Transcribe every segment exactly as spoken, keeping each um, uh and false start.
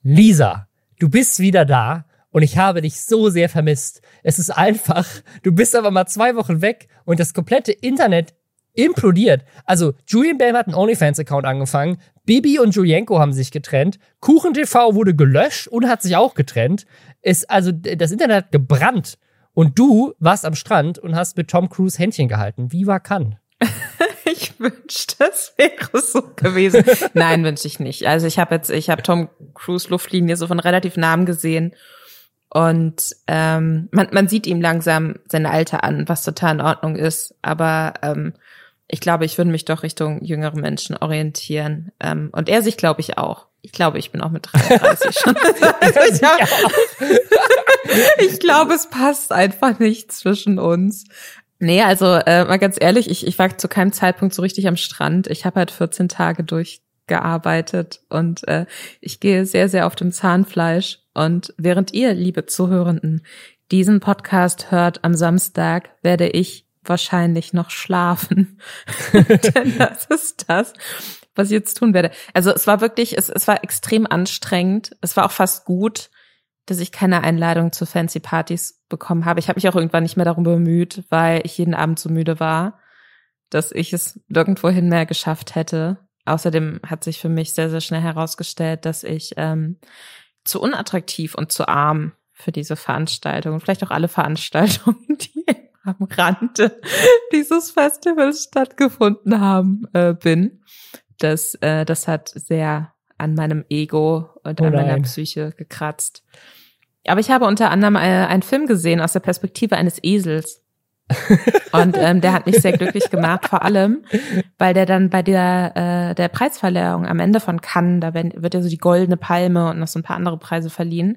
Lisa, du bist wieder da und ich habe dich so sehr vermisst. Es ist einfach, du bist aber mal zwei Wochen weg und das komplette Internet implodiert. Also, Julian Bam hat einen OnlyFans-Account angefangen, Bibi und Julienko haben sich getrennt, KuchenTV wurde gelöscht und hat sich auch getrennt. Es, also, das Internet hat gebrannt und du warst am Strand und hast mit Tom Cruise Händchen gehalten. Wie war Cannes? Ich wünschte, es wäre so gewesen. Nein, wünsche ich nicht. Also ich habe jetzt, ich habe Tom Cruise Luftlinie so von relativ nahem gesehen und ähm, man, man sieht ihm langsam sein Alter an, was total in Ordnung ist. Aber ähm, ich glaube, ich würde mich doch Richtung jüngere Menschen orientieren. Ähm, und er sich, glaube ich, auch. Ich glaube, ich bin auch mit dreiunddreißig schon. Also ich, hab, ich glaube, es passt einfach nicht zwischen uns. Nee, also äh, mal ganz ehrlich, ich, ich war zu keinem Zeitpunkt so richtig am Strand. Ich habe halt vierzehn Tage durchgearbeitet und äh, ich gehe sehr, sehr auf dem Zahnfleisch. Und während ihr, liebe Zuhörenden, diesen Podcast hört am Samstag, werde ich wahrscheinlich noch schlafen. Denn das ist das, was ich jetzt tun werde. Also es war wirklich, es, es war extrem anstrengend. Es war auch fast gut, dass ich keine Einladung zu fancy Partys bekommen habe. Ich habe mich auch irgendwann nicht mehr darum bemüht, weil ich jeden Abend so müde war, dass ich es nirgendwohin mehr geschafft hätte. Außerdem hat sich für mich sehr, sehr schnell herausgestellt, dass ich ähm, zu unattraktiv und zu arm für diese Veranstaltung, vielleicht auch alle Veranstaltungen, die am Rande dieses Festivals stattgefunden haben, äh, bin. Das, äh, das hat sehr an meinem Ego und oh an meiner Psyche gekratzt. Aber ich habe unter anderem äh, einen Film gesehen aus der Perspektive eines Esels. Und ähm, der hat mich sehr glücklich gemacht, vor allem, weil der dann bei der äh, der Preisverleihung am Ende von Cannes, da wird ja so die Goldene Palme und noch so ein paar andere Preise verliehen.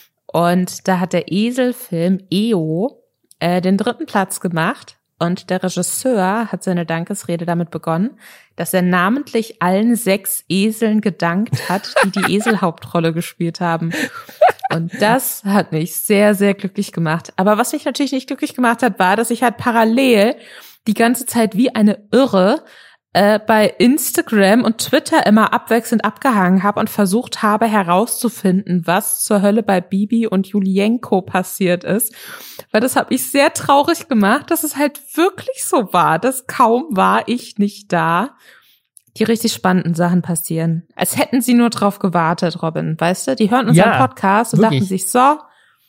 Und da hat der Eselfilm E O äh, den dritten Platz gemacht. Und der Regisseur hat seine Dankesrede damit begonnen, dass er namentlich allen sechs Eseln gedankt hat, die die Eselhauptrolle gespielt haben. Und das hat mich sehr, sehr glücklich gemacht. Aber was mich natürlich nicht glücklich gemacht hat, war, dass ich halt parallel die ganze Zeit wie eine Irre äh, bei Instagram und Twitter immer abwechselnd abgehangen habe und versucht habe herauszufinden, was zur Hölle bei Bibi und Julienko passiert ist. Weil das hat mich sehr traurig gemacht, dass es halt wirklich so war, dass kaum war ich nicht da, die richtig spannenden Sachen passieren. Als hätten sie nur drauf gewartet, Robin, weißt du? Die hören unseren ja, Podcast und wirklich. Dachten sich, so,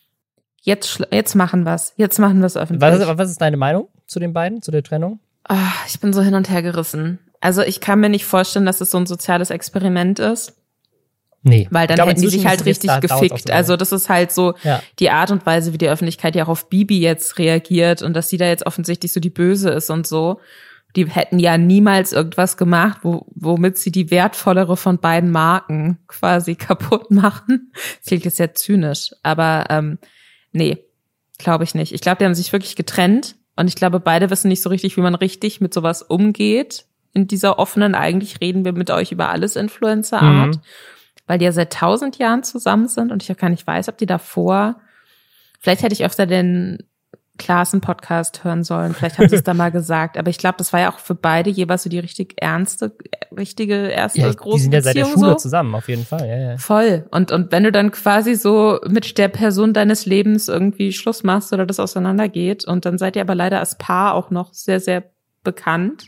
jetzt jetzt machen wir's, jetzt machen wir's öffentlich. Was ist, was ist deine Meinung zu den beiden, zu der Trennung? Ach, ich bin so hin und her gerissen. Also ich kann mir nicht vorstellen, dass es so ein soziales Experiment ist. Nee. Weil dann glaube, hätten die sich halt richtig da, gefickt. Also das ist halt so ja. die Art und Weise, wie die Öffentlichkeit ja auch auf Bibi jetzt reagiert und dass sie da jetzt offensichtlich so die Böse ist und so. Die hätten ja niemals irgendwas gemacht, wo, womit sie die wertvollere von beiden Marken quasi kaputt machen. Das klingt jetzt sehr zynisch, aber ähm, nee, glaube ich nicht. Ich glaube, die haben sich wirklich getrennt und ich glaube, beide wissen nicht so richtig, wie man richtig mit sowas umgeht. In dieser offenen, eigentlich reden wir mit euch über alles Influencer-Art. Mhm. Weil die ja seit tausend Jahren zusammen sind und ich auch gar nicht weiß, ob die davor, vielleicht hätte ich öfter den Klassen-Podcast hören sollen, vielleicht haben sie es da mal gesagt, aber ich glaube, das war ja auch für beide jeweils so die richtig ernste, richtige erste ja, große Beziehung. Die sind ja seit der Schule so. zusammen, auf jeden Fall. Ja, ja. Voll. Und und wenn du dann quasi so mit der Person deines Lebens irgendwie Schluss machst oder das auseinandergeht und dann seid ihr aber leider als Paar auch noch sehr, sehr bekannt,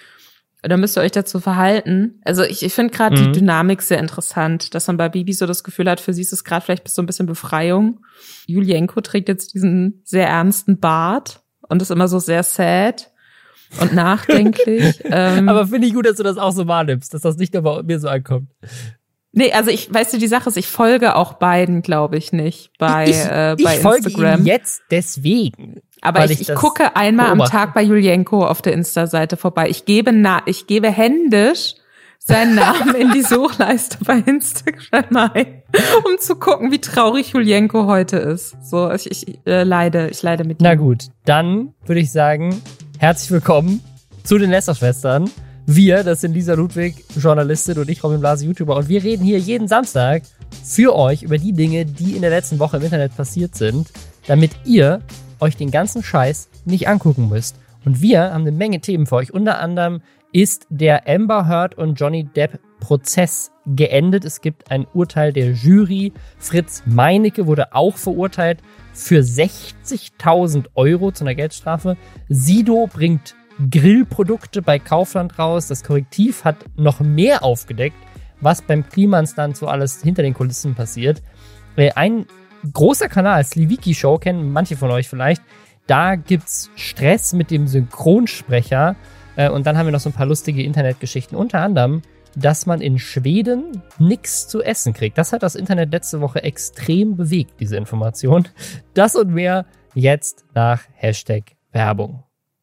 dann müsst ihr euch dazu verhalten. Also ich, ich finde gerade mhm. die Dynamik sehr interessant, dass man bei Bibi so das Gefühl hat, für sie ist es gerade vielleicht so ein bisschen Befreiung. Julienko trägt jetzt diesen sehr ernsten Bart und ist immer so sehr sad und nachdenklich. ähm, Aber finde ich gut, dass du das auch so wahrnimmst, dass das nicht nur bei mir so ankommt. Nee, also ich, weißt du, die Sache ist, ich folge auch beiden, glaube ich, nicht bei, ich, äh, bei ich folge Instagram. Ihnen jetzt deswegen. Aber ich, ich, ich gucke einmal beobachte. am Tag bei Julienko auf der Insta-Seite vorbei. Ich gebe na, ich gebe händisch seinen Namen in die Suchleiste bei Instagram ein, um zu gucken, wie traurig Julienko heute ist. So, ich, ich äh, leide, ich leide mit ihm. Na gut, dann würde ich sagen, herzlich willkommen zu den Lästerschwestern. Wir, das sind Lisa Ludwig, Journalistin, und ich, Robin Blase, YouTuber. Und wir reden hier jeden Samstag für euch über die Dinge, die in der letzten Woche im Internet passiert sind, damit ihr euch den ganzen Scheiß nicht angucken müsst. Und wir haben eine Menge Themen für euch. Unter anderem ist der Amber Heard und Johnny Depp Prozess geendet. Es gibt ein Urteil der Jury. Fritz Meinecke wurde auch verurteilt für sechzigtausend Euro zu einer Geldstrafe. Sido bringt Grillprodukte bei Kaufland raus. Das Korrektiv hat noch mehr aufgedeckt, was beim Klimans dann so alles hinter den Kulissen passiert. Ein großer Kanal, Sliviki Show, kennen manche von euch vielleicht. Da gibt's Stress mit dem Synchronsprecher. Und dann haben wir noch so ein paar lustige Internetgeschichten. Unter anderem, dass man in Schweden nichts zu essen kriegt. Das hat das Internet letzte Woche extrem bewegt, diese Information. Das und mehr jetzt nach Hashtag Werbung.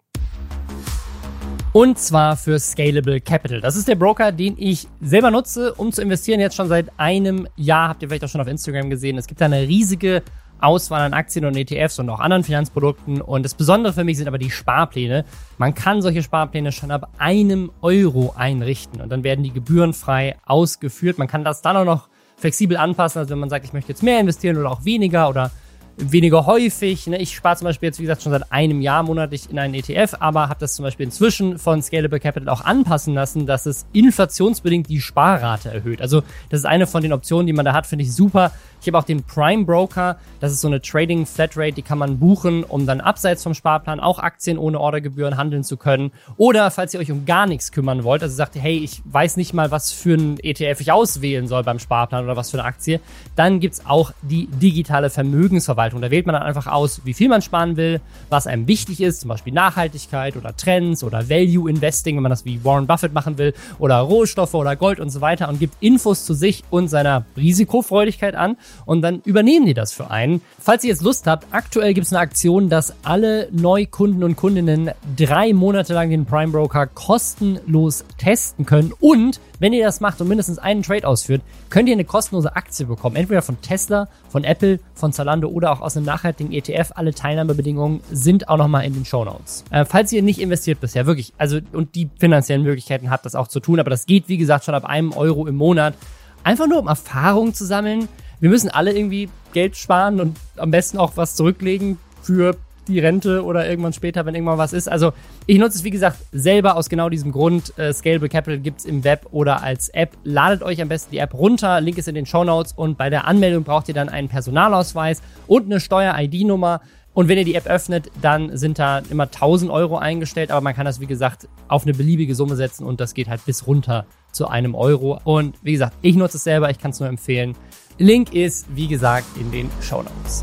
Und zwar für Scalable Capital. Das ist der Broker, den ich selber nutze, um zu investieren. Jetzt schon seit einem Jahr, habt ihr vielleicht auch schon auf Instagram gesehen. Es gibt da eine riesige Auswahl an Aktien und E T Fs und auch anderen Finanzprodukten. Und das Besondere für mich sind aber die Sparpläne. Man kann solche Sparpläne schon ab einem Euro einrichten und dann werden die gebührenfrei ausgeführt. Man kann das dann auch noch flexibel anpassen, also wenn man sagt, ich möchte jetzt mehr investieren oder auch weniger oder weniger häufig. Ich spare zum Beispiel jetzt, wie gesagt, schon seit einem Jahr monatlich in einen E T F, aber habe das zum Beispiel inzwischen von Scalable Capital auch anpassen lassen, dass es inflationsbedingt die Sparrate erhöht. Also das ist eine von den Optionen, die man da hat, finde ich super. Ich habe auch den Prime Broker, das ist so eine Trading Flatrate, die kann man buchen, um dann abseits vom Sparplan auch Aktien ohne Ordergebühren handeln zu können. Oder falls ihr euch um gar nichts kümmern wollt, also sagt ihr, hey, ich weiß nicht mal, was für ein E T F ich auswählen soll beim Sparplan oder was für eine Aktie, dann gibt's auch die digitale Vermögensverwaltung. Da wählt man dann einfach aus, wie viel man sparen will, was einem wichtig ist, zum Beispiel Nachhaltigkeit oder Trends oder Value Investing, wenn man das wie Warren Buffett machen will, oder Rohstoffe oder Gold und so weiter und gibt Infos zu sich und seiner Risikofreudigkeit an. Und dann übernehmen die das für einen. Falls ihr jetzt Lust habt, aktuell gibt es eine Aktion, dass alle Neukunden und Kundinnen drei Monate lang den Prime Broker kostenlos testen können. Und wenn ihr das macht und mindestens einen Trade ausführt, könnt ihr eine kostenlose Aktie bekommen. Entweder von Tesla, von Apple, von Zalando oder auch aus einem nachhaltigen E T F. Alle Teilnahmebedingungen sind auch nochmal in den Shownotes. Äh, falls ihr nicht investiert bisher, wirklich, also und die finanziellen Möglichkeiten habt, das auch zu tun, aber das geht, wie gesagt, schon ab einem Euro im Monat. Einfach nur, um Erfahrung zu sammeln. Wir müssen alle irgendwie Geld sparen und am besten auch was zurücklegen für die Rente oder irgendwann später, wenn irgendwann was ist. Also ich nutze es, wie gesagt, selber aus genau diesem Grund. Äh, Scalable Capital gibt's im Web oder als App. Ladet euch am besten die App runter. Link ist in den Shownotes. Und bei der Anmeldung braucht ihr dann einen Personalausweis und eine Steuer-I D-Nummer. Und wenn ihr die App öffnet, dann sind da immer tausend Euro eingestellt. Aber man kann das, wie gesagt, auf eine beliebige Summe setzen. Und das geht halt bis runter zu einem Euro. Und wie gesagt, ich nutze es selber. Ich kann es nur empfehlen. Link ist, wie gesagt, in den Shownotes.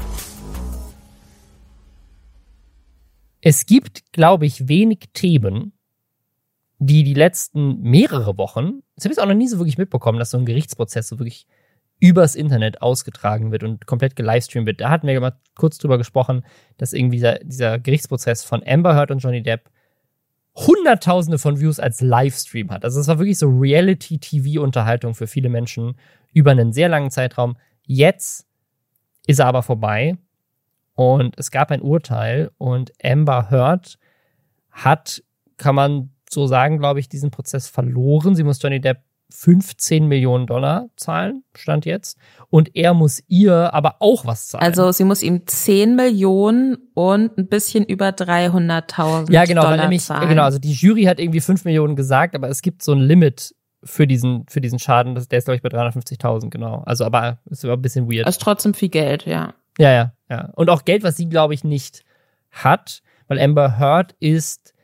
Es gibt, glaube ich, wenig Themen, die die letzten mehrere Wochen, das habe ich auch noch nie so wirklich mitbekommen, dass so ein Gerichtsprozess so wirklich übers Internet ausgetragen wird und komplett gelivestreamt wird. Da hatten wir mal kurz drüber gesprochen, dass irgendwie dieser, dieser Gerichtsprozess von Amber Heard und Johnny Depp Hunderttausende von Views als Livestream hat. Also es war wirklich so Reality-T V-Unterhaltung für viele Menschen über einen sehr langen Zeitraum. Jetzt ist er aber vorbei und es gab ein Urteil und Amber Heard hat, kann man so sagen, glaube ich, diesen Prozess verloren. Sie muss Johnny Depp fünfzehn Millionen Dollar zahlen, stand jetzt. Und er muss ihr aber auch was zahlen. Also sie muss ihm zehn Millionen und ein bisschen über dreihunderttausend ja, genau, Dollar weil nämlich, zahlen. Genau, also die Jury hat irgendwie fünf Millionen gesagt, aber es gibt so ein Limit für diesen, für diesen Schaden. Das, der ist, glaube ich, bei dreihundertfünfzigtausend, genau. Also, aber ist aber ein bisschen weird. Das ist trotzdem viel Geld, ja. Ja, ja, ja. Und auch Geld, was sie, glaube ich, nicht hat, weil Amber Heard ist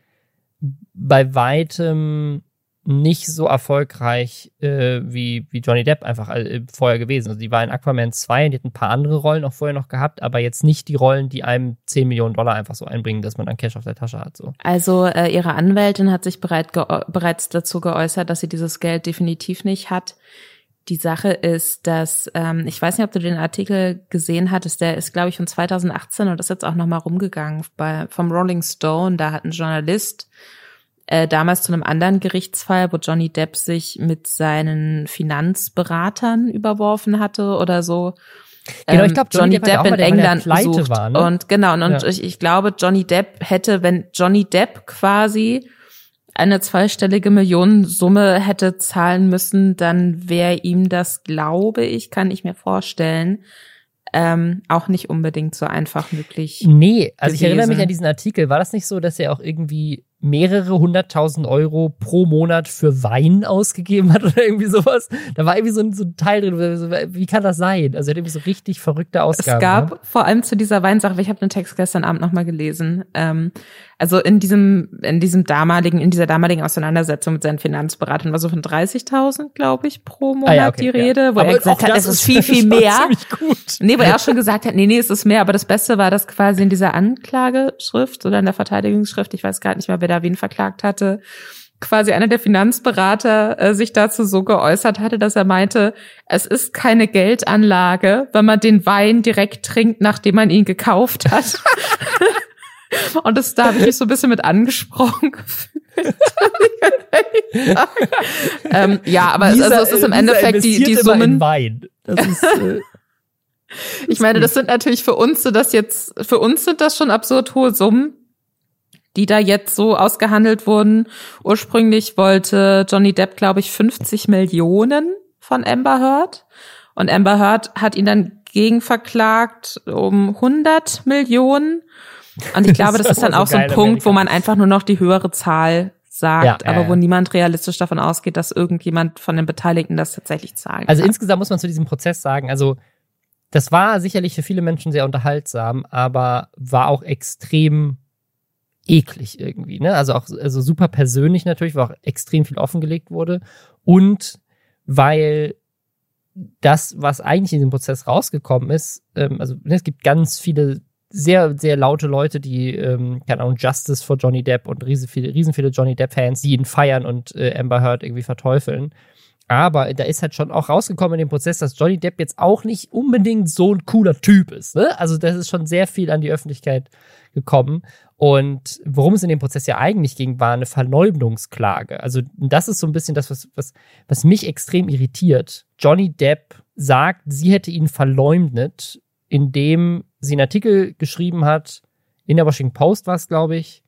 bei weitem nicht so erfolgreich äh, wie, wie Johnny Depp einfach äh, vorher gewesen. Also die war in Aquaman zwei, die hat ein paar andere Rollen auch vorher noch gehabt, aber jetzt nicht die Rollen, die einem zehn Millionen Dollar einfach so einbringen, dass man dann Cash auf der Tasche hat. So. Also äh, ihre Anwältin hat sich bereit ge- bereits dazu geäußert, dass sie dieses Geld definitiv nicht hat. Die Sache ist, dass, ähm, ich weiß nicht, ob du den Artikel gesehen hattest, der ist, glaube ich, von zweitausendachtzehn und ist jetzt auch nochmal rumgegangen bei, vom Rolling Stone. Da hat ein Journalist Äh, damals zu einem anderen Gerichtsfall, wo Johnny Depp sich mit seinen Finanzberatern überworfen hatte oder so. Genau, ich glaube, Johnny, Johnny Depp, Depp in der, England besucht. War, ne? Und genau, und, und ja. ich, ich glaube, Johnny Depp hätte, wenn Johnny Depp quasi eine zweistellige Millionensumme hätte zahlen müssen, dann wäre ihm das, glaube ich, kann ich mir vorstellen, ähm, auch nicht unbedingt so einfach möglich Nee, also gewesen. Ich erinnere mich an diesen Artikel. War das nicht so, dass er auch irgendwie mehrere hunderttausend Euro pro Monat für Wein ausgegeben hat oder irgendwie sowas. Da war irgendwie so ein, so ein Teil drin. Wie kann das sein? Also er hat irgendwie so richtig verrückte Ausgaben. Es gab ne? vor allem zu dieser Weinsache, ich habe den Text gestern Abend nochmal gelesen, ähm, also in diesem, in diesem damaligen, in dieser damaligen Auseinandersetzung mit seinen Finanzberatern war so von dreißigtausend, glaube ich, pro Monat ah, ja, okay, die Rede, ja. wo aber er gesagt hat, es ist viel, viel mehr. Gut. Nee, wo er auch schon gesagt hat, nee, nee, es ist mehr, aber das Beste war, dass quasi in dieser Anklageschrift oder in der Verteidigungsschrift, ich weiß gar nicht mehr, wer da wen verklagt hatte, quasi einer der Finanzberater äh, sich dazu so geäußert hatte, dass er meinte, es ist keine Geldanlage, wenn man den Wein direkt trinkt, nachdem man ihn gekauft hat. Und das, da habe ich mich so ein bisschen mit angesprochen gefühlt. ähm, ja, aber Lisa, also es ist im Endeffekt die, die Summen. In Wein. Das ist, äh, ich meine, das sind natürlich für uns so das jetzt, für uns sind das schon absurd hohe Summen, die da jetzt so ausgehandelt wurden. Ursprünglich wollte Johnny Depp, glaube ich, fünfzig Millionen von Amber Heard. Und Amber Heard hat ihn dann gegenverklagt um hundert Millionen. Und ich glaube, das, das ist dann auch so, so ein Punkt, wo man einfach nur noch die höhere Zahl sagt, ja, aber ja, wo niemand realistisch davon ausgeht, dass irgendjemand von den Beteiligten das tatsächlich zahlen kann. Also insgesamt muss man zu diesem Prozess sagen, also das war sicherlich für viele Menschen sehr unterhaltsam, aber war auch extrem eklig irgendwie, ne? Also auch also super persönlich natürlich, weil auch extrem viel offengelegt wurde und weil das, was eigentlich in diesem Prozess rausgekommen ist, ähm, also es gibt ganz viele sehr, sehr laute Leute, die, ähm, keine Ahnung, Justice for Johnny Depp und riesen viele, riesen viele Johnny Depp-Fans, die ihn feiern und äh, Amber Heard irgendwie verteufeln. Aber da ist halt schon auch rausgekommen in dem Prozess, dass Johnny Depp jetzt auch nicht unbedingt so ein cooler Typ ist. Ne? Also das ist schon sehr viel an die Öffentlichkeit gekommen. Und worum es in dem Prozess ja eigentlich ging, war eine Verleumdungsklage. Also das ist so ein bisschen das, was, was, was mich extrem irritiert. Johnny Depp sagt, sie hätte ihn verleumdet, indem sie einen Artikel geschrieben hat, in der Washington Post war es, glaube ich,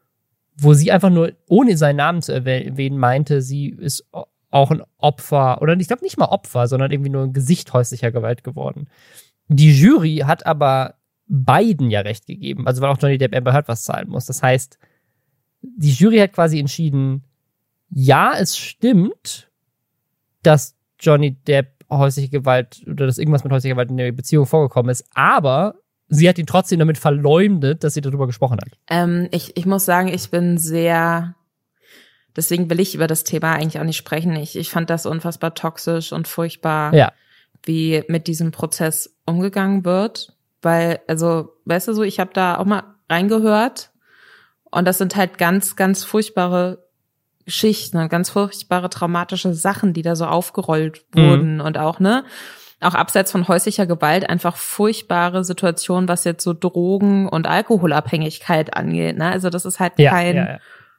wo sie einfach nur, ohne seinen Namen zu erwähnen, meinte, sie ist auch ein Opfer, oder ich glaube nicht mal Opfer, sondern irgendwie nur ein Gesicht häuslicher Gewalt geworden. Die Jury hat aber beiden ja recht gegeben, also weil auch Johnny Depp Amber Heard was zahlen muss. Das heißt, die Jury hat quasi entschieden, ja, es stimmt, dass Johnny Depp häusliche Gewalt oder dass irgendwas mit häuslicher Gewalt in der Beziehung vorgekommen ist, aber sie hat ihn trotzdem damit verleumdet, dass sie darüber gesprochen hat. Ähm, ich, ich muss sagen, ich bin sehr, deswegen will ich über das Thema eigentlich auch nicht sprechen. Ich, ich fand das unfassbar toxisch und furchtbar, ja. wie mit diesem Prozess umgegangen wird, weil, also, weißt du so, ich habe da auch mal reingehört und das sind halt ganz, ganz furchtbare Geschichten und ganz furchtbare traumatische Sachen, die da so aufgerollt wurden mhm. und auch, ne, auch abseits von häuslicher Gewalt einfach furchtbare Situationen, was jetzt so Drogen- und Alkoholabhängigkeit angeht, ne, also das ist halt ja, kein ja, ja.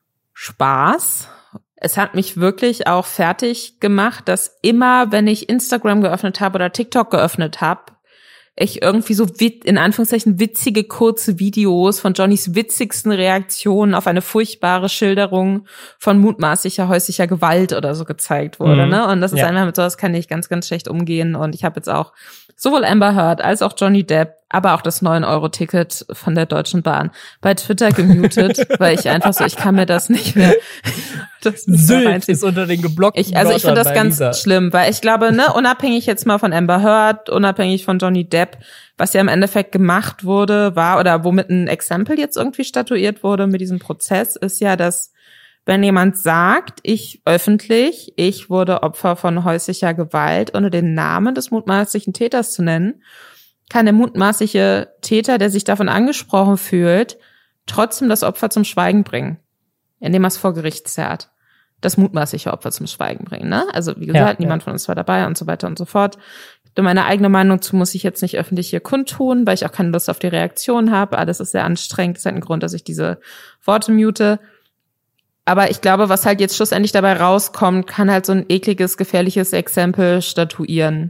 Spaß. Es hat mich wirklich auch fertig gemacht, dass immer, wenn ich Instagram geöffnet habe oder TikTok geöffnet habe, ich irgendwie so wit- in Anführungszeichen witzige kurze Videos von Johnnys witzigsten Reaktionen auf eine furchtbare Schilderung von mutmaßlicher häuslicher Gewalt oder so gezeigt wurde, mhm. ne? Und das ist ja. einfach, mit sowas kann ich ganz, ganz schlecht umgehen. Und ich habe jetzt auch sowohl Amber Heard als auch Johnny Depp, aber auch das neun Euro Ticket von der Deutschen Bahn bei Twitter gemutet, weil ich einfach so, ich kann mir das nicht mehr. Das Sylt ist unter den geblockten ich, Also ich finde das ganz Lisa. schlimm, weil ich glaube, ne, unabhängig jetzt mal von Amber Heard, unabhängig von Johnny Depp, was ja im Endeffekt gemacht wurde, war, oder womit ein Exempel jetzt irgendwie statuiert wurde mit diesem Prozess, ist ja, dass wenn jemand sagt, ich öffentlich, ich wurde Opfer von häuslicher Gewalt, ohne den Namen des mutmaßlichen Täters zu nennen, kann der mutmaßliche Täter, der sich davon angesprochen fühlt, trotzdem das Opfer zum Schweigen bringen, indem er es vor Gericht zerrt. Das mutmaßliche Opfer zum Schweigen bringen, ne? Also wie gesagt, ja, niemand ja. von uns war dabei und so weiter und so fort. Meine eigene Meinung zu muss ich jetzt nicht öffentlich hier kundtun, weil ich auch keine Lust auf die Reaktion habe. Alles ist sehr anstrengend. Das ist halt ein Grund, dass ich diese Worte mute. Aber ich glaube, was halt jetzt schlussendlich dabei rauskommt, kann halt so ein ekliges, gefährliches Exempel statuieren.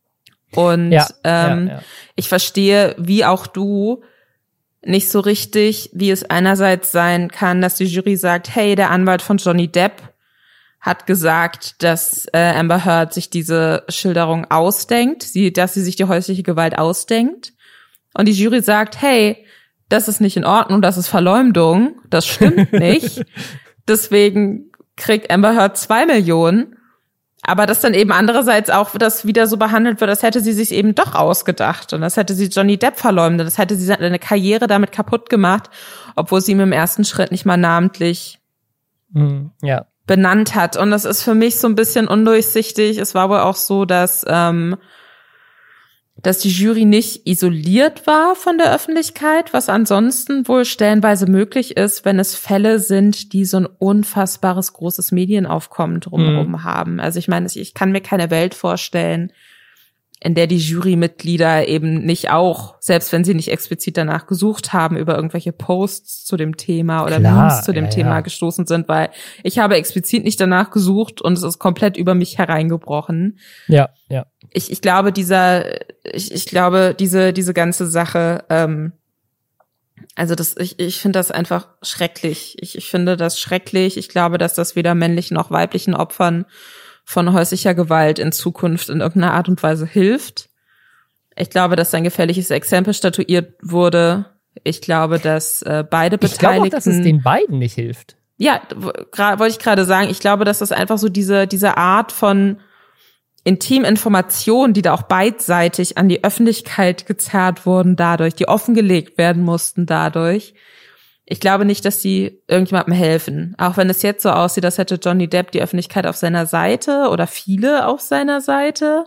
Und ja, ähm, ja, ja. ich verstehe, wie auch du, nicht so richtig, wie es einerseits sein kann, dass die Jury sagt, hey, der Anwalt von Johnny Depp hat gesagt, dass äh, Amber Heard sich diese Schilderung ausdenkt, sie, dass sie sich die häusliche Gewalt ausdenkt. Und die Jury sagt, hey, das ist nicht in Ordnung, das ist Verleumdung, das stimmt nicht. Deswegen kriegt Amber Heard zwei Millionen. Aber dass dann eben andererseits auch das wieder so behandelt wird, als hätte sie sich eben doch ausgedacht. Und das hätte sie Johnny Depp verleumdet. Das hätte sie seine Karriere damit kaputt gemacht, obwohl sie ihm im ersten Schritt nicht mal namentlich mhm, ja. benannt hat. Und das ist für mich so ein bisschen undurchsichtig. Es war wohl auch so, dass ähm, dass die Jury nicht isoliert war von der Öffentlichkeit, was ansonsten wohl stellenweise möglich ist, wenn es Fälle sind, die so ein unfassbares großes Medienaufkommen drumherum mhm. haben. Also ich meine, ich kann mir keine Welt vorstellen, in der die Jurymitglieder eben nicht auch, selbst wenn sie nicht explizit danach gesucht haben, über irgendwelche Posts zu dem Thema oder Klar, Memes zu dem ja, Thema ja. gestoßen sind, weil ich habe explizit nicht danach gesucht und es ist komplett über mich hereingebrochen. Ja, ja. Ich, ich glaube, dieser, ich, ich glaube, diese, diese ganze Sache, ähm, also das, ich, ich finde das einfach schrecklich. Ich, ich finde das schrecklich. Ich glaube, dass das weder männlichen noch weiblichen Opfern von häuslicher Gewalt in Zukunft in irgendeiner Art und Weise hilft. Ich glaube, dass ein gefährliches Exempel statuiert wurde. Ich glaube, dass äh, beide Beteiligten... Ich glaube auch, dass es den beiden nicht hilft. Ja, wollte ich gerade sagen. Ich glaube, dass das einfach so diese, diese Art von Intiminformationen, die da auch beidseitig an die Öffentlichkeit gezerrt wurden dadurch, die offengelegt werden mussten dadurch. Ich glaube nicht, dass die irgendjemandem helfen. Auch wenn es jetzt so aussieht, als hätte Johnny Depp die Öffentlichkeit auf seiner Seite oder viele auf seiner Seite.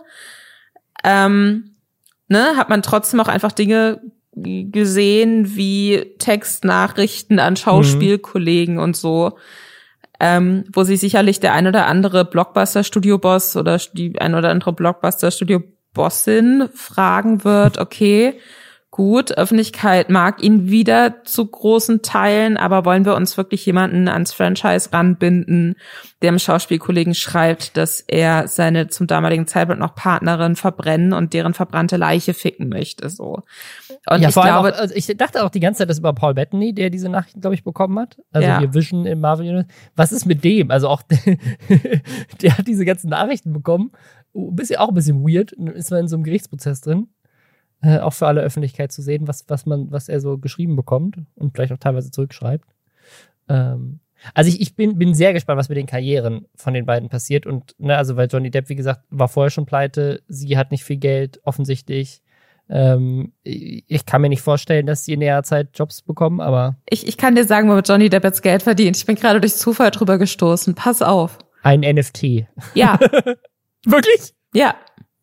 Ähm, ne, hat man trotzdem auch einfach Dinge gesehen wie Textnachrichten an Schauspielkollegen mhm. und so, ähm, wo sich sicherlich der ein oder andere Blockbuster-Studio-Boss oder die ein oder andere Blockbuster-Studio-Bossin fragen wird, okay, gut, Öffentlichkeit mag ihn wieder zu großen Teilen, aber wollen wir uns wirklich jemanden ans Franchise ranbinden, der dem Schauspielkollegen schreibt, dass er seine zum damaligen Zeitpunkt noch Partnerin verbrennen und deren verbrannte Leiche ficken möchte, so. Und ja, ich vor allem glaube, auch, also ich dachte auch die ganze Zeit, das über Paul Bettany, der diese Nachrichten, glaube ich, bekommen hat. Also ja. hier Vision im Marvel Universe. Was ist mit dem? Also auch, der hat diese ganzen Nachrichten bekommen. Ein bisschen, auch ein bisschen weird. Ist man in so einem Gerichtsprozess drin. Äh, auch für alle Öffentlichkeit zu sehen, was, was man, was er so geschrieben bekommt und vielleicht auch teilweise zurückschreibt. Ähm, also ich, ich bin, bin sehr gespannt, was mit den Karrieren von den beiden passiert. Und, ne, also weil Johnny Depp, wie gesagt, war vorher schon pleite, sie hat nicht viel Geld, offensichtlich. Ähm, ich kann mir nicht vorstellen, dass sie in näherer Zeit Jobs bekommen, aber. Ich, ich kann dir sagen, womit Johnny Depp jetzt Geld verdient. Ich bin gerade durch Zufall drüber gestoßen. Pass auf. Ein N F T. Ja. Wirklich? Ja.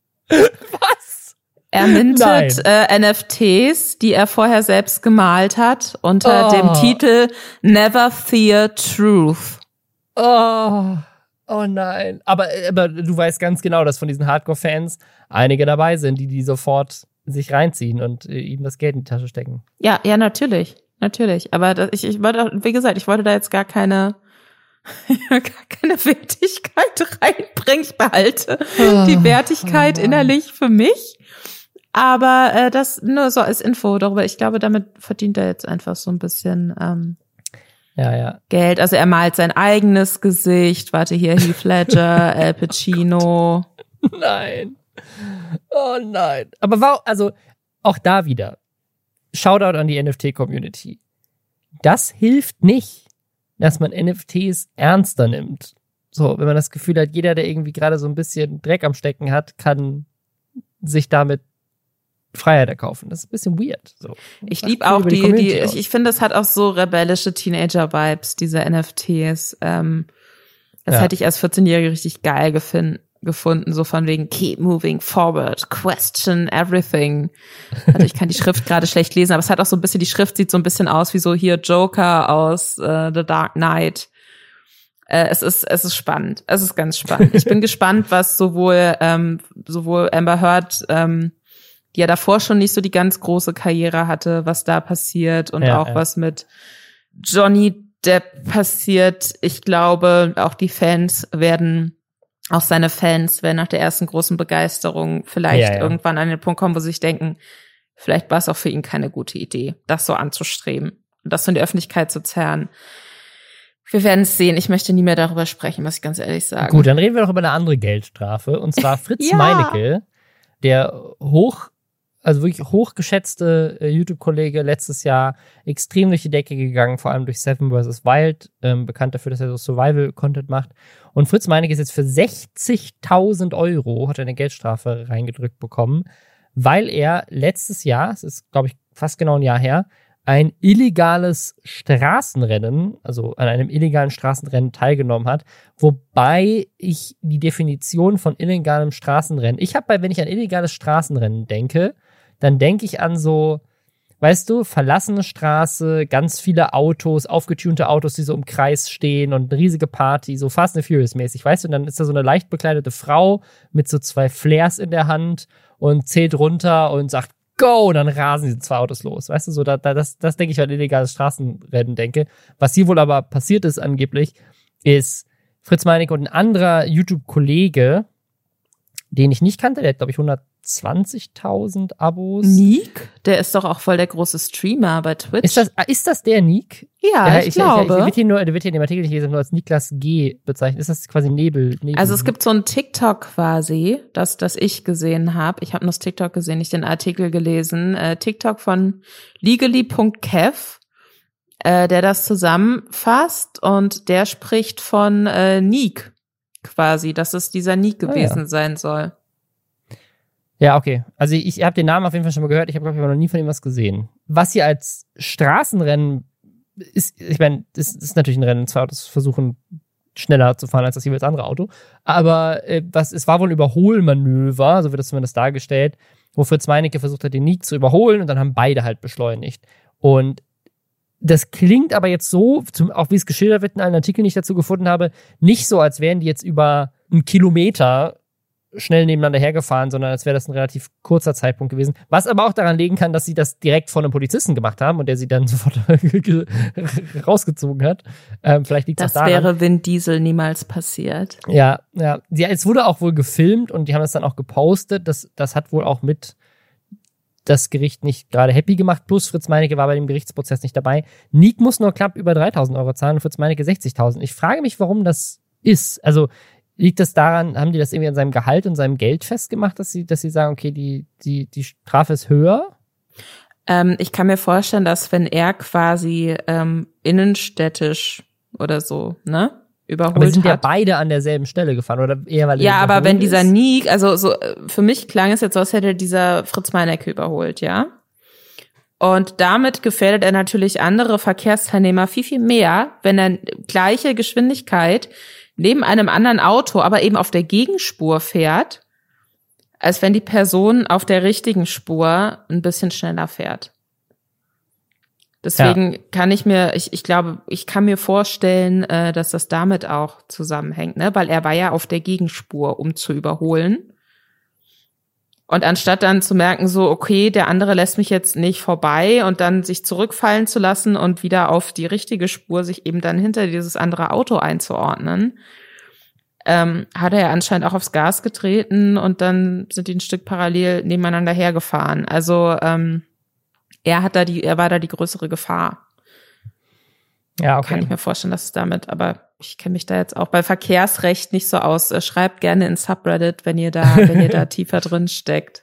Was? Er mintet äh, N F Ts, die er vorher selbst gemalt hat, unter oh. dem Titel Never Fear Truth. Oh. Oh nein. Aber, aber du weißt ganz genau, dass von diesen Hardcore-Fans einige dabei sind, die die sofort sich reinziehen und äh, ihm das Geld in die Tasche stecken. Ja, ja, natürlich. Natürlich. Aber das, ich, ich wollte, wie gesagt, ich wollte da jetzt gar keine, gar keine Wertigkeit reinbringen. Ich behalte oh, die Wertigkeit oh innerlich für mich. Aber äh, das nur so als Info darüber. Ich glaube, damit verdient er jetzt einfach so ein bisschen ähm, ja, ja. Geld. Also er malt sein eigenes Gesicht. Warte hier, Heath Ledger, Al Pacino. Nein. Oh nein. Aber wow, also auch da wieder. Shoutout an die N F T-Community. Das hilft nicht, dass man N F Ts ernster nimmt. So, wenn man das Gefühl hat, jeder, der irgendwie gerade so ein bisschen Dreck am Stecken hat, kann sich damit Freiheit erkaufen. Das ist ein bisschen weird. So. Ich liebe auch die, die, die ich, ich finde, es hat auch so rebellische Teenager-Vibes, diese N F Ts. Ähm, das ja. hätte ich als vierzehnjährige richtig geil gefin- gefunden, so von wegen keep moving forward, question everything. Also ich kann die Schrift gerade schlecht lesen, aber es hat auch so ein bisschen, die Schrift sieht so ein bisschen aus wie so hier Joker aus äh, The Dark Knight. Äh, es ist, es ist spannend. Es ist ganz spannend. Ich bin gespannt, was sowohl, ähm, sowohl Amber Heard, ähm, die ja davor schon nicht so die ganz große Karriere hatte, was da passiert und ja, auch ja. was mit Johnny Depp passiert. Ich glaube, auch die Fans werden, auch seine Fans werden nach der ersten großen Begeisterung vielleicht ja, ja. irgendwann an den Punkt kommen, wo sie sich denken, vielleicht war es auch für ihn keine gute Idee, das so anzustreben und das so in die Öffentlichkeit zu zerren. Wir werden es sehen. Ich möchte nie mehr darüber sprechen, muss ich ganz ehrlich sagen. Gut, dann reden wir doch über eine andere Geldstrafe, und zwar Fritz ja. Meinecke, der hoch also wirklich hochgeschätzte äh, YouTube-Kollege, letztes Jahr extrem durch die Decke gegangen, vor allem durch Seven versus. Wild, ähm, bekannt dafür, dass er so Survival-Content macht. Und Fritz Meinecke ist jetzt für sechzigtausend Euro, hat er eine Geldstrafe reingedrückt bekommen, weil er letztes Jahr, es ist, glaube ich, fast genau ein Jahr her, ein illegales Straßenrennen, also an einem illegalen Straßenrennen teilgenommen hat, wobei ich die Definition von illegalem Straßenrennen, ich habe bei, wenn ich an illegales Straßenrennen denke, dann denke ich an so, weißt du, verlassene Straße, ganz viele Autos, aufgetunte Autos, die so im Kreis stehen und eine riesige Party, so Fast and Furious mäßig, weißt du, und dann ist da so eine leicht bekleidete Frau mit so zwei Flares in der Hand und zählt runter und sagt, go, und dann rasen diese zwei Autos los. Weißt du, so, da, da, das, das denke ich, wenn ich an illegales Straßenrennen denke. Was hier wohl aber passiert ist angeblich, ist Fritz Meinecke und ein anderer YouTube-Kollege, den ich nicht kannte, der hat, glaube ich, hundertzwanzigtausend Abos. Nick? Der ist doch auch voll der große Streamer bei Twitch. Ist das, ist das der Nick? Ja, ja ich, ich glaube. Ich, ich, ich, wird hier nur, der wird hier in dem Artikel nicht nur als Niklas G. bezeichnet. Ist das quasi Nebel? Nebel also es gibt so ein TikTok quasi, das, das ich gesehen habe. Ich habe nur das TikTok gesehen, nicht den Artikel gelesen. Äh, TikTok von legally punkt kev, äh, der das zusammenfasst und der spricht von äh, Nick quasi, dass es dieser Nick gewesen ah, ja. sein soll. Ja, okay. Also ich, ich habe den Namen auf jeden Fall schon mal gehört. Ich habe, glaube ich, aber noch nie von ihm was gesehen. Was hier als Straßenrennen ist, ich meine, das ist natürlich ein Rennen. Zwei Autos versuchen, schneller zu fahren als das jeweils andere Auto. Aber äh, was, es war wohl ein Überholmanöver, so wird das zumindest dargestellt, wo Fritz Meinecke versucht hat, den Nick zu überholen und dann haben beide halt beschleunigt. Und das klingt aber jetzt so, zum, auch wie es geschildert wird in einem Artikel, den ich dazu gefunden habe, nicht so, als wären die jetzt über einen Kilometer schnell nebeneinander hergefahren, sondern als wäre das ein relativ kurzer Zeitpunkt gewesen. Was aber auch daran liegen kann, dass sie das direkt von einem Polizisten gemacht haben und der sie dann sofort rausgezogen hat. Ähm, vielleicht liegt das auch daran. Das wäre Vin Diesel niemals passiert. Ja, ja. ja. Es wurde auch wohl gefilmt und die haben das dann auch gepostet. Das, das hat wohl auch mit das Gericht nicht gerade happy gemacht. Plus Fritz Meinecke war bei dem Gerichtsprozess nicht dabei. Nick muss nur knapp über dreitausend Euro zahlen und Fritz Meinecke sechzigtausend. Ich frage mich, warum das ist. Also liegt das daran, haben die das irgendwie an seinem Gehalt und seinem Geld festgemacht, dass sie, dass sie sagen, okay, die, die, die Strafe ist höher? Ähm, ich kann mir vorstellen, dass wenn er quasi ähm, innenstädtisch oder so, ne, überholt hat. Aber sind ja beide an derselben Stelle gefahren, oder eher, weil er Ja, aber wenn dieser ist? Nick, also so für mich klang es jetzt so, als hätte dieser Fritz Meinecke überholt, ja? Und damit gefährdet er natürlich andere Verkehrsteilnehmer viel, viel mehr, wenn er gleiche Geschwindigkeit neben einem anderen Auto, aber eben auf der Gegenspur fährt, als wenn die Person auf der richtigen Spur ein bisschen schneller fährt. Deswegen ja. kann ich mir, ich, ich glaube, ich kann mir vorstellen, äh, dass das damit auch zusammenhängt, ne? Weil er war ja auf der Gegenspur, um zu überholen. Und anstatt dann zu merken, so, okay, der andere lässt mich jetzt nicht vorbei und dann sich zurückfallen zu lassen und wieder auf die richtige Spur sich eben dann hinter dieses andere Auto einzuordnen, ähm, hat er anscheinend auch aufs Gas getreten und dann sind die ein Stück parallel nebeneinander hergefahren. Also ähm, er hat da die, er war da die größere Gefahr. Ja, okay. Kann ich mir vorstellen, dass es damit, aber ich kenne mich da jetzt auch bei Verkehrsrecht nicht so aus. Schreibt gerne in Subreddit, wenn ihr da, wenn ihr da tiefer drin steckt.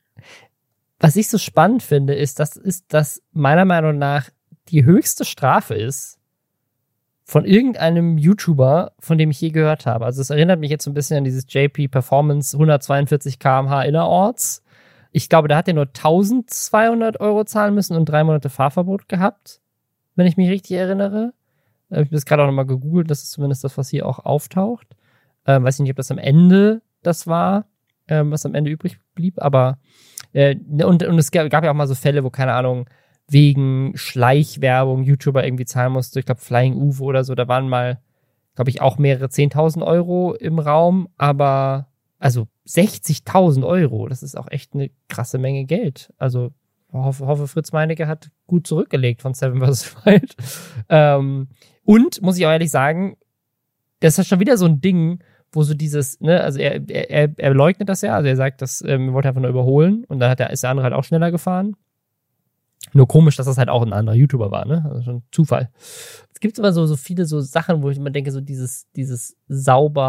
Was ich so spannend finde, ist, dass ist, dass meiner Meinung nach die höchste Strafe ist von irgendeinem YouTuber, von dem ich je gehört habe. Also es erinnert mich jetzt so ein bisschen an dieses J P Performance hundertzweiundvierzig Kilometer pro Stunde innerorts. Ich glaube, da hat er nur eintausendzweihundert Euro zahlen müssen und drei Monate Fahrverbot gehabt, wenn ich mich richtig erinnere. Ich habe das gerade auch nochmal gegoogelt, das ist zumindest das, was hier auch auftaucht. Ähm, weiß ich nicht, ob das am Ende das war, ähm, was am Ende übrig blieb, aber äh, und, und es gab, gab ja auch mal so Fälle, wo, keine Ahnung, wegen Schleichwerbung YouTuber irgendwie zahlen musste. Ich glaube, Flying Uwe oder so, da waren mal, glaube ich, auch mehrere zehntausend Euro im Raum, aber also sechzigtausend Euro, das ist auch echt eine krasse Menge Geld. Also hoffe, hoffe Fritz Meinecke hat gut zurückgelegt von Seven versus. Wild. Ähm, und, muss ich auch ehrlich sagen, das ist schon wieder so ein Ding, wo so dieses, ne, also er, er, er leugnet das ja, also er sagt, dass ähm, er wollte einfach nur überholen und dann hat der, ist der andere halt auch schneller gefahren. Nur komisch, dass das halt auch ein anderer YouTuber war, ne? Also schon Zufall. Es gibt aber so, so viele so Sachen, wo ich immer denke, so dieses, dieses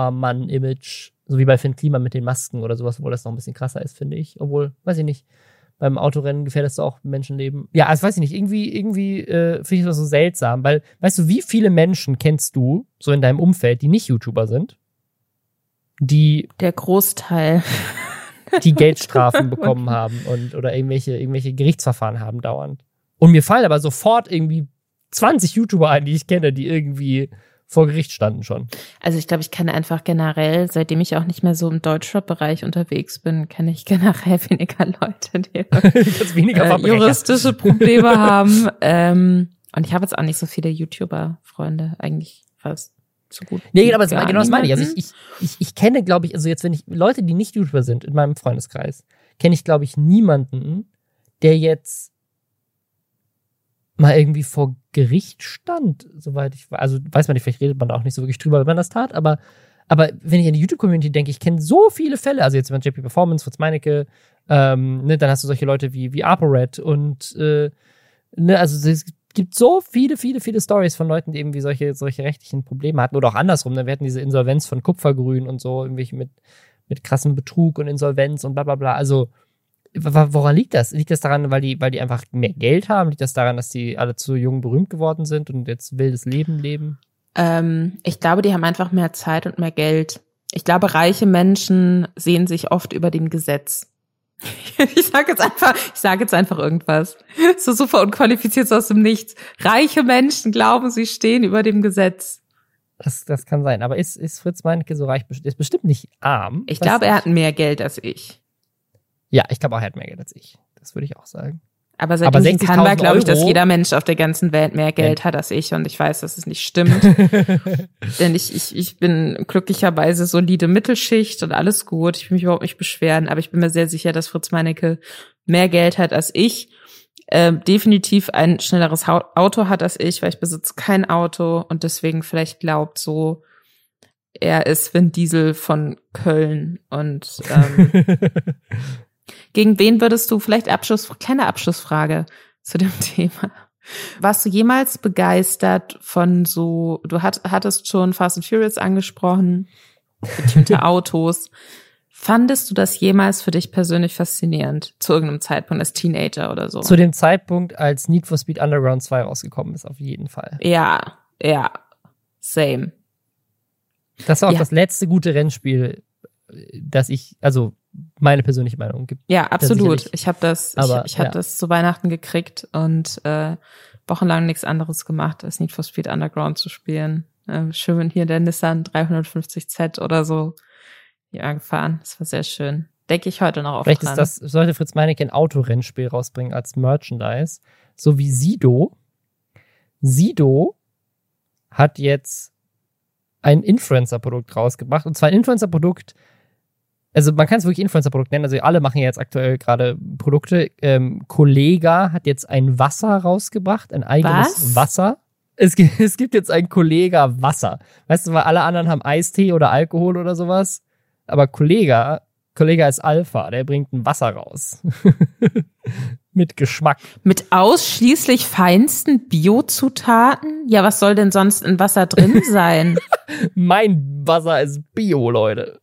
Saubermann-Image, so wie bei Finn Kliman mit den Masken oder sowas, obwohl das noch ein bisschen krasser ist, finde ich. Obwohl, weiß ich nicht. beim Autorennen gefährdest du auch Menschenleben. Ja, also weiß ich nicht, irgendwie, irgendwie äh, finde ich das so seltsam, weil, weißt du, wie viele Menschen kennst du, so in deinem Umfeld, die nicht YouTuber sind, die Der Großteil. die Geldstrafen bekommen haben und oder irgendwelche, irgendwelche Gerichtsverfahren haben dauernd. Und mir fallen aber sofort irgendwie zwanzig YouTuber ein, die ich kenne, die irgendwie vor Gericht standen schon. Also ich glaube, ich kenne einfach generell, seitdem ich auch nicht mehr so im Deutschrap-Bereich unterwegs bin, kenne ich generell weniger Leute, die weniger äh, juristische Probleme haben. Ähm, und ich habe jetzt auch nicht so viele YouTuber-Freunde, eigentlich fast so gut. Nee, aber das, genau das meine ich. Also ich, ich, ich, ich kenne, glaube ich, also jetzt, wenn ich Leute, die nicht YouTuber sind, in meinem Freundeskreis, kenne ich, glaube ich, niemanden, der jetzt mal irgendwie vor Gericht stand, soweit ich weiß. Also weiß man nicht, vielleicht redet man da auch nicht so wirklich drüber, wenn man das tat, aber, aber wenn ich an die YouTube-Community denke, ich kenne so viele Fälle, also jetzt mit J P Performance, Fritz Meinecke, ähm, ne, dann hast du solche Leute wie, wie ApoRed und, äh, ne, also es gibt so viele, viele, viele Stories von Leuten, die irgendwie solche, solche rechtlichen Probleme hatten oder auch andersrum, ne, wir hatten diese Insolvenz von Kupfergrün und so, irgendwie mit, mit krassem Betrug und Insolvenz und bla, bla, bla, also woran liegt das? Liegt das daran, weil die, weil die einfach mehr Geld haben? Liegt das daran, dass die alle zu jung berühmt geworden sind und jetzt wildes Leben leben? Ähm, ich glaube, die haben einfach mehr Zeit und mehr Geld. Ich glaube, reiche Menschen sehen sich oft über dem Gesetz. Ich sage jetzt einfach, ich sage jetzt einfach irgendwas. So super unqualifiziert so aus dem Nichts. Reiche Menschen glauben, sie stehen über dem Gesetz. Das, das kann sein. Aber ist, ist Fritz Meinecke so reich? Ist bestimmt nicht arm. Ich glaube, er hat mehr Geld als ich. Ja, ich glaube auch, er hat mehr Geld als ich. Das würde ich auch sagen. Aber seitdem ich ihn kann, war, glaube ich, dass jeder Mensch auf der ganzen Welt mehr Geld ja. hat als ich. Und ich weiß, dass es nicht stimmt. Denn ich, ich, ich bin glücklicherweise solide Mittelschicht und alles gut. Ich will mich überhaupt nicht beschweren. Aber ich bin mir sehr sicher, dass Fritz Meinecke mehr Geld hat als ich. Ähm, definitiv ein schnelleres Auto hat als ich, weil ich besitze kein Auto. Und deswegen vielleicht glaubt so, er ist Vin Diesel von Köln. Und ähm, gegen wen würdest du, vielleicht Abschluss, kleine Abschlussfrage zu dem Thema. Warst du jemals begeistert von so, du hat, hattest schon Fast and Furious angesprochen, getunte Autos. Fandest du das jemals für dich persönlich faszinierend? Zu irgendeinem Zeitpunkt als Teenager oder so? Zu dem Zeitpunkt, als Need for Speed Underground zwei rausgekommen ist, auf jeden Fall. Ja, ja, same. Das war auch ja. das letzte gute Rennspiel, das ich, also meine persönliche Meinung gibt. Ja, absolut. Ich habe das, aber, ich, ich habe ja. das zu Weihnachten gekriegt und äh, wochenlang nichts anderes gemacht, als Need for Speed Underground zu spielen. Äh, schön hier der Nissan dreihundertfünfzig Z oder so ja, gefahren. Das war sehr schön. Denke ich heute noch auf Vielleicht dran. ist das, sollte Fritz Meinecke ein Autorennspiel rausbringen als Merchandise, so wie Sido. Sido hat jetzt ein Influencer-Produkt rausgebracht, und zwar ein Influencer-Produkt, also man kann es wirklich Influencer-Produkt nennen, also alle machen ja jetzt aktuell gerade Produkte. Ähm, Kollega hat jetzt ein Wasser rausgebracht, ein eigenes Was? Wasser. Es gibt, es gibt jetzt ein Kollega Wasser. Weißt du, weil alle anderen haben Eistee oder Alkohol oder sowas, aber Kollega, Kollega ist Alpha, der bringt ein Wasser raus. Mit Geschmack. Mit ausschließlich feinsten Biozutaten? Ja, was soll denn sonst in Wasser drin sein? Mein Wasser ist Bio, Leute.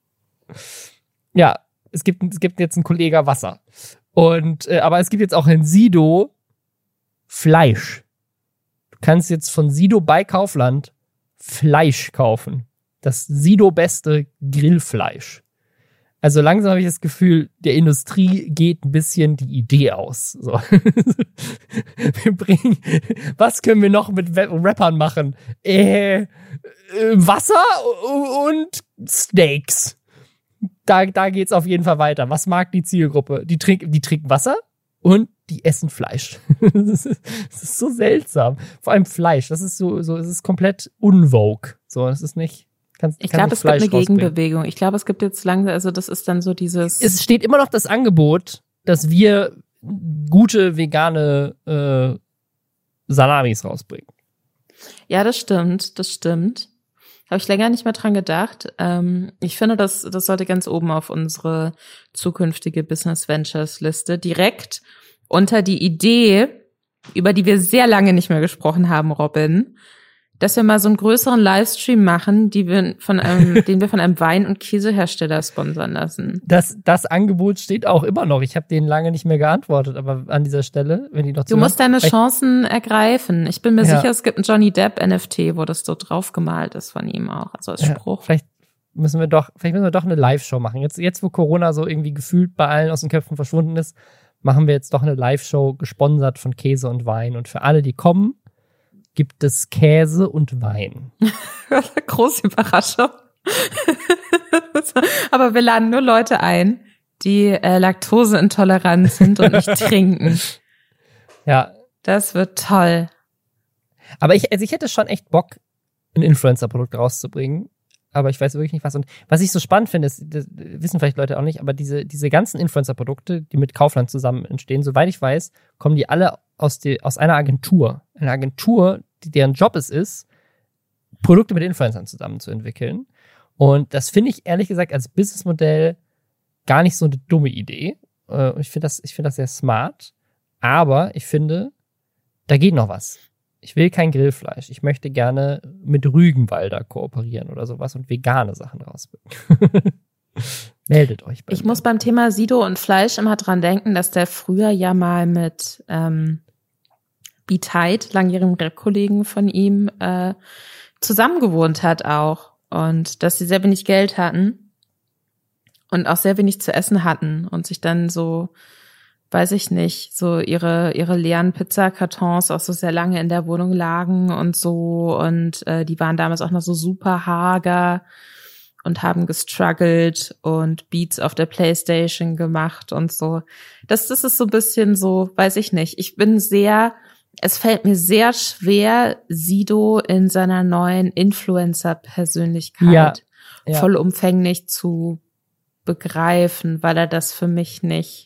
Ja, es gibt, es gibt jetzt ein Kollega Wasser. Und, äh, aber es gibt jetzt auch ein Sido Fleisch. Du kannst jetzt von Sido bei Kaufland Fleisch kaufen. Das Sido beste Grillfleisch. Also langsam habe ich das Gefühl, der Industrie geht ein bisschen die Idee aus. So. Wir bringen, was können wir noch mit Rappern machen? Äh, Wasser und Steaks. Da, da geht's auf jeden Fall weiter. Was mag die Zielgruppe? Die, trink, die trinken Wasser und die essen Fleisch. Das ist, das ist so seltsam. Vor allem Fleisch. Das ist so, so, es ist komplett unvogue. So, das ist nicht. Kann, ich glaube, es Fleisch gibt eine rausbringen. Gegenbewegung. Ich glaube, es gibt jetzt langsam, also das ist dann so dieses. Es steht immer noch das Angebot, dass wir gute vegane äh, Salamis rausbringen. Ja, das stimmt, das stimmt. Habe ich länger nicht mehr dran gedacht. Ähm, ich finde, das, das sollte ganz oben auf unsere zukünftige Business Ventures Liste direkt unter die Idee, über die wir sehr lange nicht mehr gesprochen haben, Robin, dass wir mal so einen größeren Livestream machen, die wir von einem, den wir von einem Wein- und Käsehersteller sponsern lassen. Das, das Angebot steht auch immer noch. Ich habe denen lange nicht mehr geantwortet, aber an dieser Stelle, wenn die noch Du musst deine Chancen ergreifen. Ich bin mir ja. sicher, es gibt ein Johnny Depp N F T, wo das so draufgemalt ist von ihm auch, also als Spruch. Ja, vielleicht müssen wir doch, vielleicht müssen wir doch eine Live-Show machen. Jetzt, jetzt, wo Corona so irgendwie gefühlt bei allen aus den Köpfen verschwunden ist, machen wir jetzt doch eine Live-Show gesponsert von Käse und Wein. Und für alle, die kommen, gibt es Käse und Wein. Große Überraschung. Aber wir laden nur Leute ein, die äh, laktoseintolerant sind und nicht trinken. Ja. Das wird toll. Aber ich, also ich hätte schon echt Bock, ein Influencer-Produkt rauszubringen. Aber ich weiß wirklich nicht was. Und was ich so spannend finde, ist, das wissen vielleicht Leute auch nicht, aber diese, diese ganzen Influencer-Produkte, die mit Kaufland zusammen entstehen, soweit ich weiß, kommen die alle aus, die, aus einer Agentur. Eine Agentur, die, deren Job es ist, Produkte mit Influencern zusammen zu entwickeln. Und das finde ich ehrlich gesagt als Businessmodell gar nicht so eine dumme Idee. Ich finde das, ich finde das sehr smart. Aber ich finde, da geht noch was. Ich will kein Grillfleisch. Ich möchte gerne mit Rügenwalder kooperieren oder sowas und vegane Sachen rausbringen. Meldet euch bei Ich mir. muss beim Thema Sido und Fleisch immer dran denken, dass der früher ja mal mit ähm, B-Tight, langjährigen Rap-Kollegen von ihm, äh, zusammengewohnt hat auch. Und dass sie sehr wenig Geld hatten und auch sehr wenig zu essen hatten und sich dann so, weiß ich nicht, so ihre ihre leeren Pizzakartons auch so sehr lange in der Wohnung lagen und so. Und äh, die waren damals auch noch so super hager und haben gestruggelt und Beats auf der Playstation gemacht und so. Das, das ist so ein bisschen so, weiß ich nicht. Ich bin sehr, es fällt mir sehr schwer, Sido in seiner neuen Influencer-Persönlichkeit ja, ja. vollumfänglich zu begreifen, weil er das für mich nicht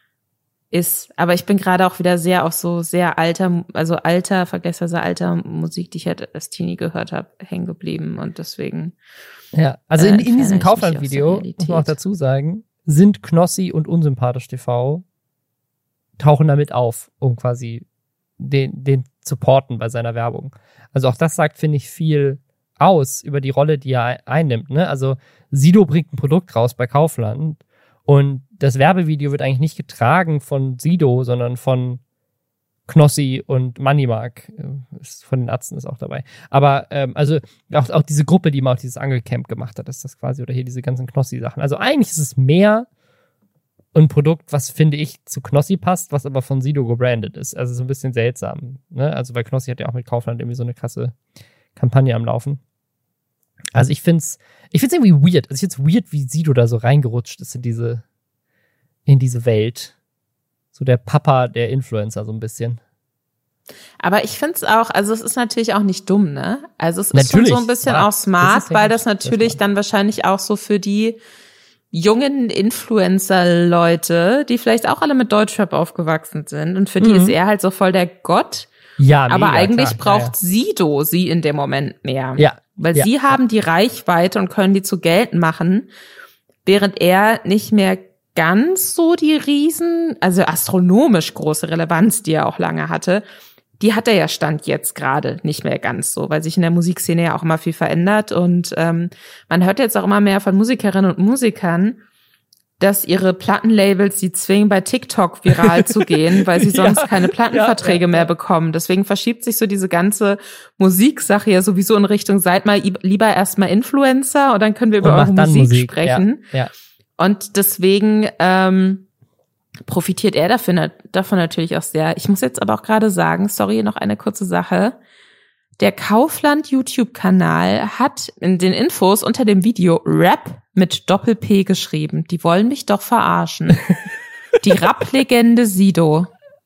ist. Aber ich bin gerade auch wieder sehr auf so sehr alter, also alter, vergleichsweise alter Musik, die ich halt als Teenie gehört habe, hängen geblieben und deswegen. Ja, also in, äh, in diesem entferne ich mich Kaufland-Video, aus der muss man auch dazu sagen, sind Knossi und Unsympathisch T V tauchen damit auf, um quasi den, den supporten bei seiner Werbung. Also auch das sagt, finde ich, viel aus über die Rolle, die er einnimmt. Ne? Also Sido bringt ein Produkt raus bei Kaufland und das Werbevideo wird eigentlich nicht getragen von Sido, sondern von Knossi und Moneymark. Von den Ärzten ist auch dabei. Aber ähm, also auch, auch diese Gruppe, die mal auch dieses Angelcamp gemacht hat, ist das quasi, oder hier diese ganzen Knossi-Sachen. Also eigentlich ist es mehr ein Produkt, was, finde ich, zu Knossi passt, was aber von Sido gebrandet ist. Also so ein bisschen seltsam. Ne? Also weil Knossi hat ja auch mit Kaufland irgendwie so eine krasse Kampagne am Laufen. Also ich finde es ich find's irgendwie weird. Also ich finde es weird, wie Sido da so reingerutscht ist in diese in diese Welt. So der Papa der Influencer so ein bisschen. Aber ich finde es auch, also es ist natürlich auch nicht dumm, ne? Also es ist natürlich, schon so ein bisschen smart. auch smart, Das weil das natürlich dann wahrscheinlich auch so für die jungen Influencer-Leute, die vielleicht auch alle mit Deutschrap aufgewachsen sind und für die Mhm. ist er halt so voll der Gott. Ja, aber mega, eigentlich klar. braucht Sido sie in dem Moment mehr. Ja. Weil ja. sie haben die Reichweite und können die zu geltend machen, während er nicht mehr ganz so die riesen, also astronomisch große Relevanz, die er auch lange hatte, die hat er ja Stand jetzt gerade nicht mehr ganz so, weil sich in der Musikszene ja auch immer viel verändert und ähm, man hört jetzt auch immer mehr von Musikerinnen und Musikern, dass ihre Plattenlabels sie zwingen, bei TikTok viral zu gehen, weil sie sonst ja, keine Plattenverträge ja, ja, mehr bekommen. Deswegen verschiebt sich so diese ganze Musiksache ja sowieso in Richtung, seid mal lieber erstmal Influencer und dann können wir über eure Musik, Musik sprechen. Ja, ja. Und deswegen ähm, profitiert er dafür, davon natürlich auch sehr. Ich muss jetzt aber auch gerade sagen, sorry, noch eine kurze Sache. Der Kaufland-YouTube-Kanal hat in den Infos unter dem Video Rap mit Doppel-P geschrieben. Die wollen mich doch verarschen. Die Rap-Legende Sido.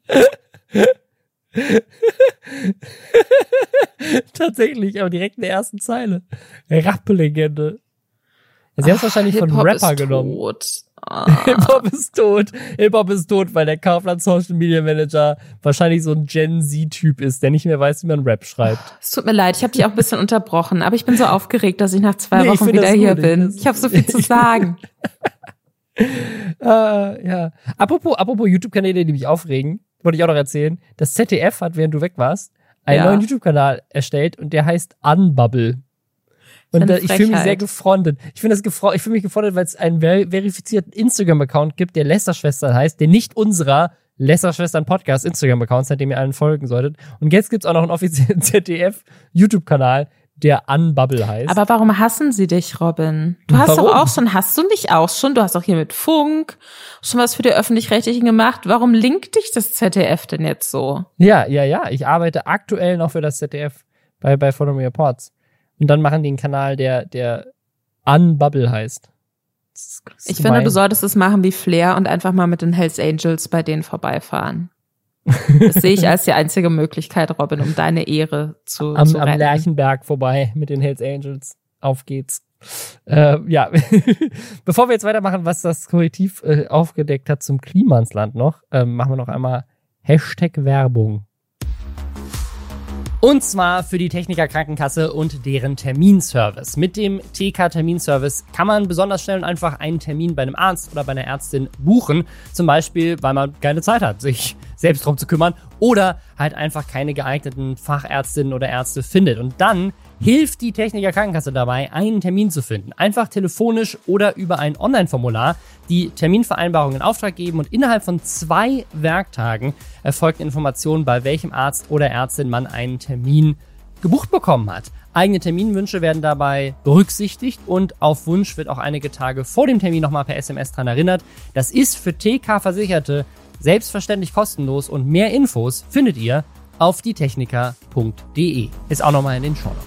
Tatsächlich, aber direkt in der ersten Zeile. Rap-Legende. Sie haben es wahrscheinlich von Hip-Hop Rapper ist genommen. Tot. Ah. Hip-Hop ist tot. Hip-Hop ist tot, weil der Kaufland Social Media Manager wahrscheinlich so ein Gen-Z-Typ ist, der nicht mehr weiß, wie man Rap schreibt. Es tut mir leid, ich habe dich auch ein bisschen unterbrochen, aber ich bin so aufgeregt, dass ich nach zwei nee, Wochen wieder hier gut, bin. Ich, ich habe so viel zu sagen. uh, ja. Apropos, apropos YouTube-Kanäle, die mich aufregen, wollte ich auch noch erzählen. Das Z D F hat, während du weg warst, einen Ja. neuen YouTube-Kanal erstellt und der heißt Unbubble. Und Eine da, ich fühle mich Frechheit. sehr gefrontet. Ich finde das gefro- ich fühle mich gefrontet, weil es einen ver- verifizierten Instagram-Account gibt, der Lästerschwestern heißt, der nicht unserer Lästerschwestern-Podcast Instagram-Account, seitdem ihr allen folgen solltet. Und jetzt gibt's auch noch einen offiziellen Z D F-YouTube-Kanal, der Unbubble heißt. Aber warum hassen sie dich, Robin? Du hast Warum? doch auch schon, hast du nicht auch schon? Du hast auch hier mit Funk schon was für die Öffentlich-Rechtlichen gemacht. Warum linkt dich das Z D F denn jetzt so? Ja, ja, ja. Ich arbeite aktuell noch für das Z D F bei, bei Follow Me Reports. Und dann machen die einen Kanal, der, der Unbubble heißt. Das ist- das ist Ich finde, gemein. du solltest es machen wie Flair und einfach mal mit den Hells Angels bei denen vorbeifahren. Das sehe ich als die einzige Möglichkeit, Robin, um deine Ehre zu, am, zu am retten. Lerchenberg vorbei mit den Hells Angels. Auf geht's. Äh, ja, bevor wir jetzt weitermachen, was das Korrektiv äh, aufgedeckt hat zum Klimansland noch, ähm, machen wir noch einmal Hashtag Werbung. Und zwar für die Techniker Krankenkasse und deren Terminservice. Mit dem T K-Terminservice kann man besonders schnell und einfach einen Termin bei einem Arzt oder bei einer Ärztin buchen. Zum Beispiel, weil man keine Zeit hat, sich selbst drum zu kümmern oder halt einfach keine geeigneten Fachärztinnen oder Ärzte findet. Und dann hilft die Techniker Krankenkasse dabei, einen Termin zu finden. Einfach telefonisch oder über ein Online-Formular die Terminvereinbarung in Auftrag geben und innerhalb von zwei Werktagen erfolgt Information, bei welchem Arzt oder Ärztin man einen Termin gebucht bekommen hat. Eigene Terminwünsche werden dabei berücksichtigt und auf Wunsch wird auch einige Tage vor dem Termin nochmal per S M S dran erinnert. Das ist für T K-Versicherte selbstverständlich kostenlos und mehr Infos findet ihr auf dietechniker punkt de. Ist auch nochmal in den Shownotes.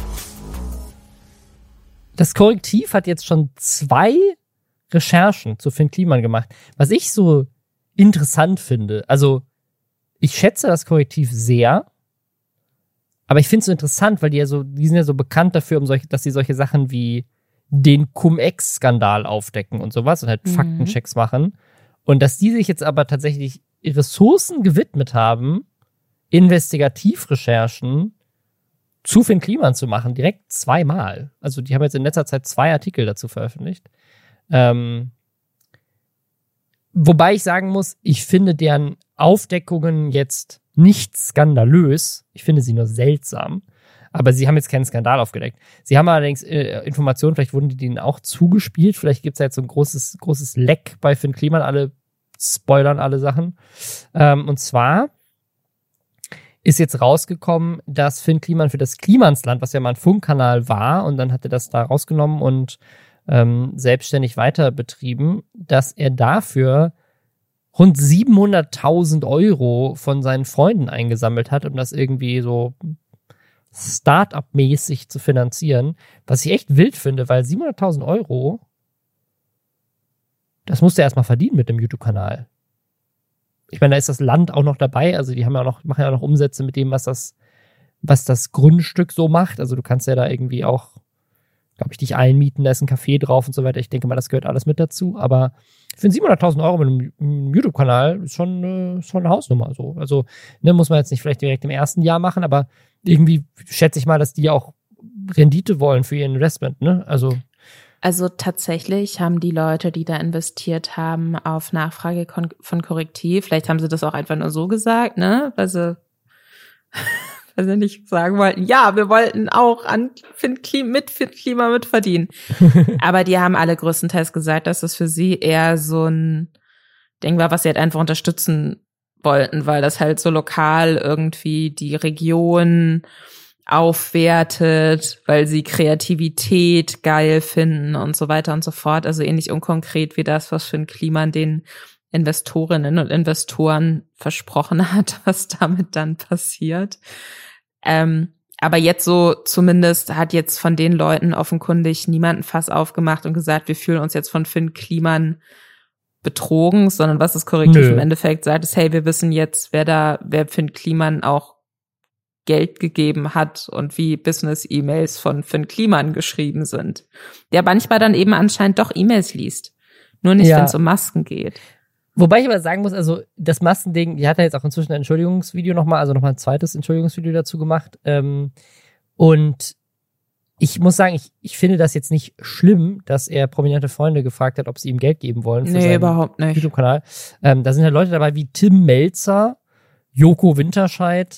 Das Korrektiv hat jetzt schon zwei Recherchen zu Finn Kliman gemacht, was ich so interessant finde. Also, ich schätze das Korrektiv sehr, aber ich finde es so interessant, weil die ja so, die sind ja so bekannt dafür, um solche, dass sie solche Sachen wie den Cum-Ex-Skandal aufdecken und sowas und halt Mhm. Faktenchecks machen. Und dass die sich jetzt aber tatsächlich Ressourcen gewidmet haben, Investigativrecherchen zu Finn Kliman zu machen, direkt zweimal. Also die haben jetzt in letzter Zeit zwei Artikel dazu veröffentlicht. Ähm, wobei ich sagen muss, ich finde deren Aufdeckungen jetzt nicht skandalös. Ich finde sie nur seltsam. Aber sie haben jetzt keinen Skandal aufgedeckt. Sie haben allerdings äh, Informationen, vielleicht wurden die denen auch zugespielt. Vielleicht gibt es ja jetzt so ein großes, großes Leck bei Finn Kliman. Alle spoilern alle Sachen. Ähm, und zwar ist jetzt rausgekommen, dass Finn Kliman für das Klimansland, was ja mal ein Funkkanal war, und dann hat er das da rausgenommen und ähm, selbstständig weiter betrieben, dass er dafür rund siebenhunderttausend Euro von seinen Freunden eingesammelt hat, um das irgendwie so Start-up-mäßig zu finanzieren, was ich echt wild finde, weil siebenhunderttausend Euro, das musst du erstmal verdienen mit dem YouTube-Kanal. Ich meine, da ist das Land auch noch dabei, also die haben ja auch noch, machen ja auch noch Umsätze mit dem, was das, was das Grundstück so macht. Also du kannst ja da irgendwie auch, glaube ich, dich einmieten, da ist ein Café drauf und so weiter. Ich denke mal, das gehört alles mit dazu. Aber ich finde siebenhunderttausend Euro mit einem, einem YouTube-Kanal ist schon, äh, schon eine Hausnummer. So. Also ne, muss man jetzt nicht vielleicht direkt im ersten Jahr machen, aber irgendwie schätze ich mal, dass die auch Rendite wollen für ihr Investment. Ne? Also Also tatsächlich haben die Leute, die da investiert haben, auf Nachfrage kon- von Korrektiv, vielleicht haben sie das auch einfach nur so gesagt, ne, weil sie, weil sie nicht sagen wollten, ja, wir wollten auch an Finn Klima, mit Finn Klima mitverdienen. Aber die haben alle größtenteils gesagt, dass das für sie eher so ein Ding war, was sie halt einfach unterstützen wollten, weil das halt so lokal irgendwie die Region aufwertet, weil sie Kreativität geil finden und so weiter und so fort. Also ähnlich unkonkret wie das, was Finn Kliman den Investorinnen und Investoren versprochen hat, was damit dann passiert. Ähm, aber jetzt so zumindest hat jetzt von den Leuten offenkundig niemand ein Fass aufgemacht und gesagt, wir fühlen uns jetzt von Finn Kliman betrogen, sondern was das Korrektiv Nö. im Endeffekt sagt, ist, hey, wir wissen jetzt, wer da, wer Finn Kliman auch Geld gegeben hat und wie Business-E-Mails von Finn Kliman geschrieben sind. Der manchmal dann eben anscheinend doch E-Mails liest. Nur nicht, Ja. wenn es um Masken geht. Wobei ich aber sagen muss, also das Maskending, die hat ja jetzt auch inzwischen ein Entschuldigungsvideo nochmal, also nochmal ein zweites Entschuldigungsvideo dazu gemacht. Ähm, und ich muss sagen, ich, ich finde das jetzt nicht schlimm, dass er prominente Freunde gefragt hat, ob sie ihm Geld geben wollen für Nee, seinen überhaupt nicht. YouTube-Kanal. Ähm, da sind halt Leute dabei wie Tim Melzer, Joko Winterscheid,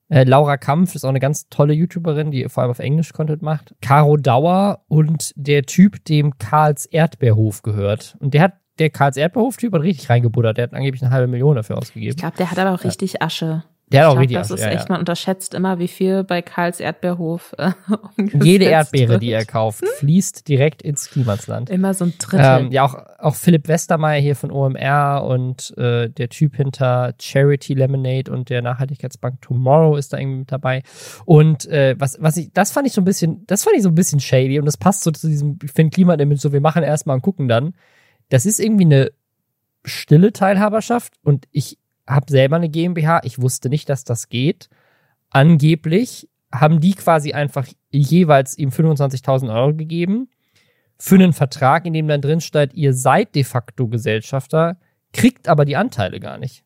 Äh, Laura Kampf ist auch eine ganz tolle YouTuberin, die vor allem auf Englisch Content macht. Caro Dauer und der Typ, dem Karls Erdbeerhof gehört. Und der hat, der Karls Erdbeerhof-Typ hat richtig reingebuddert. Der hat angeblich eine halbe Million dafür ausgegeben. Ich glaube, der hat aber auch richtig Asche. Der hat auch ich richtig glaub, das Asche, ist ja, echt, ja. man unterschätzt immer, wie viel bei Karls Erdbeerhof äh, umgesetzt Jede Erdbeere, wird. die er kauft, fließt direkt ins Klimasland. Immer so ein Drittel. Ähm, ja, auch, auch Philipp Westermeier hier von O M R und äh, der Typ hinter Charity Lemonade und der Nachhaltigkeitsbank Tomorrow ist da irgendwie mit dabei. Und äh, was, was ich, das fand ich so ein bisschen, das fand ich so ein bisschen shady und das passt so zu diesem Finn Kliman-Image, so wir machen erstmal und gucken dann. Das ist irgendwie eine stille Teilhaberschaft und ich habe selber eine GmbH, ich wusste nicht, dass das geht. Angeblich haben die quasi einfach jeweils ihm fünfundzwanzigtausend Euro gegeben für einen Vertrag, in dem dann drin steht, ihr seid de facto Gesellschafter, kriegt aber die Anteile gar nicht.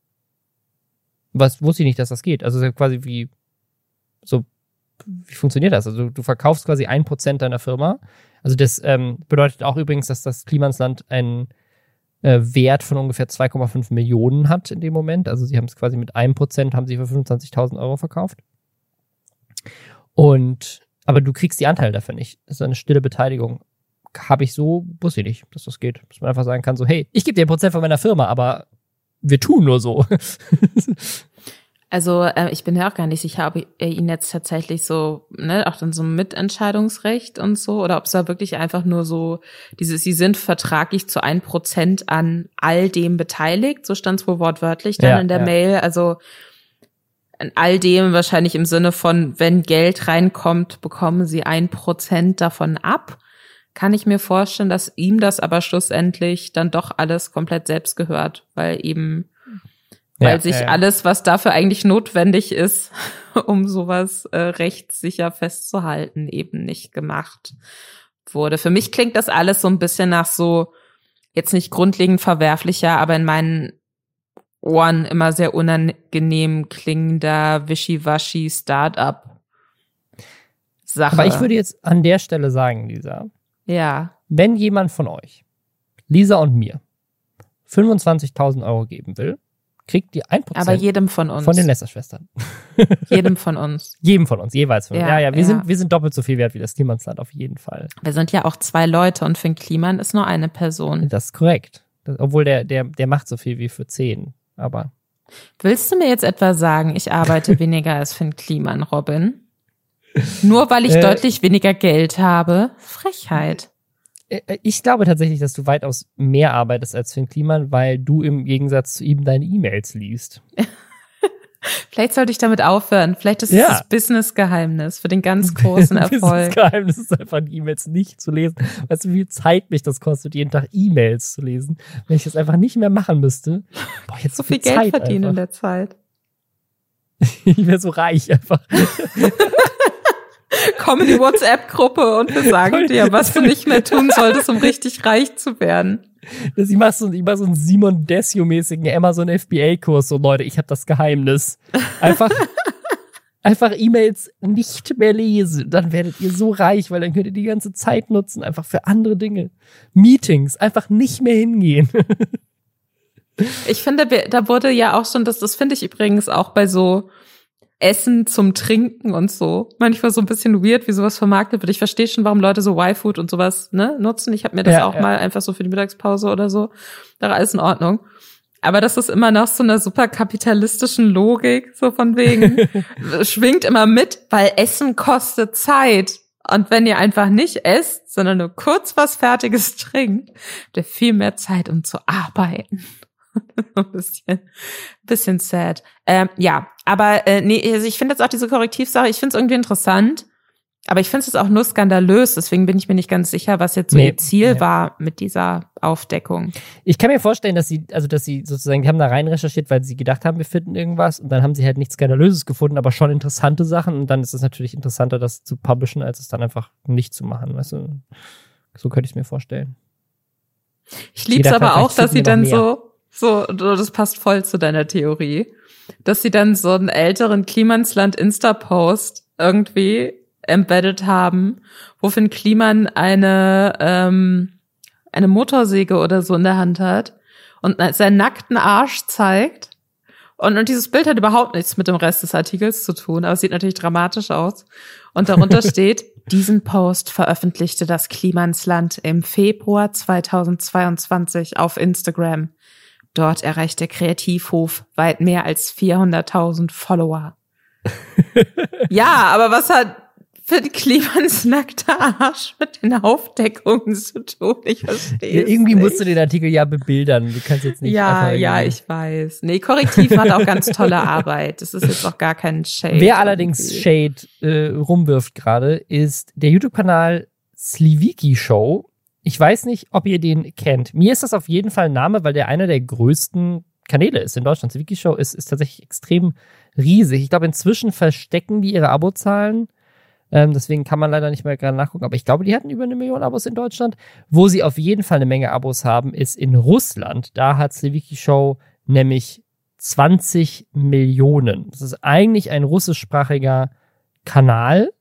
Was wusste ich nicht, dass das geht. Also quasi wie so, wie funktioniert das? Also du verkaufst quasi ein Prozent deiner Firma. Also das ähm, bedeutet auch übrigens, dass das Klimansland einen Wert von ungefähr zwei Komma fünf Millionen hat in dem Moment. Also sie haben es quasi mit einem Prozent, haben sie für fünfundzwanzigtausend Euro verkauft. Und, aber du kriegst die Anteile dafür nicht. Das ist eine stille Beteiligung. Habe ich so, wusste ich nicht, dass das geht. Dass man einfach sagen kann so, hey, ich gebe dir ein Prozent von meiner Firma, aber wir tun nur so. Also äh, ich bin ja auch gar nicht sicher, ob er ihn jetzt tatsächlich so, ne, auch dann so Mitentscheidungsrecht und so, oder ob es da wirklich einfach nur so, dieses, sie sind vertraglich zu ein Prozent an all dem beteiligt, so stand es wohl wortwörtlich dann ja, in der ja. Mail, also an all dem wahrscheinlich im Sinne von, wenn Geld reinkommt, bekommen sie ein Prozent davon ab. Kann ich mir vorstellen, dass ihm das aber schlussendlich dann doch alles komplett selbst gehört, weil eben Weil ja, sich ja, ja. alles, was dafür eigentlich notwendig ist, um sowas äh, rechtssicher festzuhalten, eben nicht gemacht wurde. Für mich klingt das alles so ein bisschen nach so, jetzt nicht grundlegend verwerflicher, aber in meinen Ohren immer sehr unangenehm klingender Wischiwaschi Startup Sache. Aber ich würde jetzt an der Stelle sagen, Lisa, ja. wenn jemand von euch, Lisa und mir, fünfundzwanzigtausend Euro geben will, kriegt ihr ein Prozent Aber jedem von uns. von den Lästerschwestern. Jedem von uns. Jedem von uns, jeweils. Ja, Ja, ja, ja wir, ja. Sind, wir sind doppelt so viel wert wie das Klimansland, auf jeden Fall. Wir sind ja auch zwei Leute und Finn Kliman ist nur eine Person. Das ist korrekt. Das, obwohl der, der, der macht so viel wie für zehn. Aber Willst du mir jetzt etwa sagen, ich arbeite weniger als Finn Kliman, Robin? Nur weil ich Äh, deutlich weniger Geld habe? Frechheit. äh, ich glaube tatsächlich, dass du weitaus mehr arbeitest als Finn Kliman, weil du im Gegensatz zu ihm deine E-Mails liest. Vielleicht sollte ich damit aufhören. Vielleicht ist es Ja. das Business-Geheimnis für den ganz großen Erfolg. Das Geheimnis ist einfach, die E-Mails nicht zu lesen. Weißt du, wie viel Zeit mich das kostet, jeden Tag E-Mails zu lesen? Wenn ich das einfach nicht mehr machen müsste. Boah, jetzt So viel Geld Zeit verdienen in einfach. der Zeit. Ich wäre so reich einfach. Komm in die WhatsApp-Gruppe und wir sagen dir, was du nicht mehr tun solltest, um richtig reich zu werden. Das, ich mach so, ich mach so einen Simon Desio-mäßigen Amazon F B A-Kurs. So, Leute, ich habe das Geheimnis. Einfach, einfach E-Mails nicht mehr lesen. Dann werdet ihr so reich, weil dann könnt ihr die ganze Zeit nutzen, einfach für andere Dinge. Meetings, einfach nicht mehr hingehen. Ich finde, wir- da wurde ja auch schon, das, das finde ich übrigens auch bei so Essen zum Trinken und so. Manchmal so ein bisschen weird, wie sowas vermarktet wird. Ich verstehe schon, warum Leute so Y-Food und sowas ne, nutzen. Ich habe mir das Ja, auch ja. mal einfach so für die Mittagspause oder so. Da war alles in Ordnung. Aber das ist immer nach so einer super kapitalistischen Logik, so von wegen, schwingt immer mit, weil Essen kostet Zeit. Und wenn ihr einfach nicht esst, sondern nur kurz was Fertiges trinkt, habt ihr viel mehr Zeit, um zu arbeiten. Ein bisschen, bisschen sad. Ähm, ja, aber äh, nee, also ich finde jetzt auch diese Korrektivsache, ich finde es irgendwie interessant, aber ich finde es auch nur skandalös, deswegen bin ich mir nicht ganz sicher, was jetzt so Nee, ihr Ziel nee. war mit dieser Aufdeckung. Ich kann mir vorstellen, dass sie, also dass sie sozusagen, die haben da rein recherchiert, weil sie gedacht haben, wir finden irgendwas und dann haben sie halt nichts Skandalöses gefunden, aber schon interessante Sachen und dann ist es natürlich interessanter, das zu publishen, als es dann einfach nicht zu machen, weißt du? So könnte ich es mir vorstellen. Ich lieb's Jeder aber kann- auch, dass vielleicht sie finden wir dann noch so, so, das passt voll zu deiner Theorie, dass sie dann so einen älteren Klimansland Insta-Post irgendwie embedded haben, wo Finn Kliman eine, ähm, eine Motorsäge oder so in der Hand hat und seinen nackten Arsch zeigt Und, und dieses Bild hat überhaupt nichts mit dem Rest des Artikels zu tun, aber es sieht natürlich dramatisch aus. Und darunter steht, diesen Post veröffentlichte das Klimansland im Februar zweitausendzweiundzwanzig auf Instagram. Dort erreicht der Kreativhof weit mehr als vierhunderttausend Follower. Ja, aber was hat für Klimans nackter Arsch mit den Aufdeckungen zu tun? Ich verstehe ja, irgendwie nicht. musst du den Artikel ja bebildern. Du kannst jetzt nicht Ja, ja, ich weiß. Nee, Korrektiv hat auch ganz tolle Arbeit. Das ist jetzt auch gar kein Shade. Wer allerdings Shade äh, rumwirft gerade, ist der YouTube-Kanal Sliviki Show. Ich weiß nicht, ob ihr den kennt. Mir ist das auf jeden Fall ein Name, weil der einer der größten Kanäle ist in Deutschland. Sliviki Show ist, ist tatsächlich extrem riesig. Ich glaube, inzwischen verstecken die ihre Abozahlen. Ähm, deswegen kann man leider nicht mehr gerade nachgucken. Aber ich glaube, die hatten über eine Million Abos in Deutschland. Wo sie auf jeden Fall eine Menge Abos haben, ist in Russland. Da hat Sliviki Show nämlich zwanzig Millionen. Das ist eigentlich ein russischsprachiger Kanal,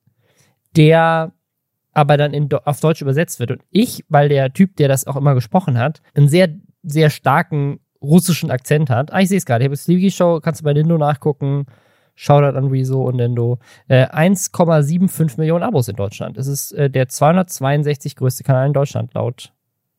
der aber dann in, auf Deutsch übersetzt wird. Und ich, weil der Typ, der das auch immer gesprochen hat, einen sehr, sehr starken russischen Akzent hat. Ah, ich sehe es gerade. Ich habe Sliviki Show, kannst du bei Nindo nachgucken. Shoutout an Rezo und Nindo. Äh, eins Komma fünfundsiebzig Millionen Abos in Deutschland. Es ist äh, der zweihundertzweiundsechzig größte Kanal in Deutschland laut,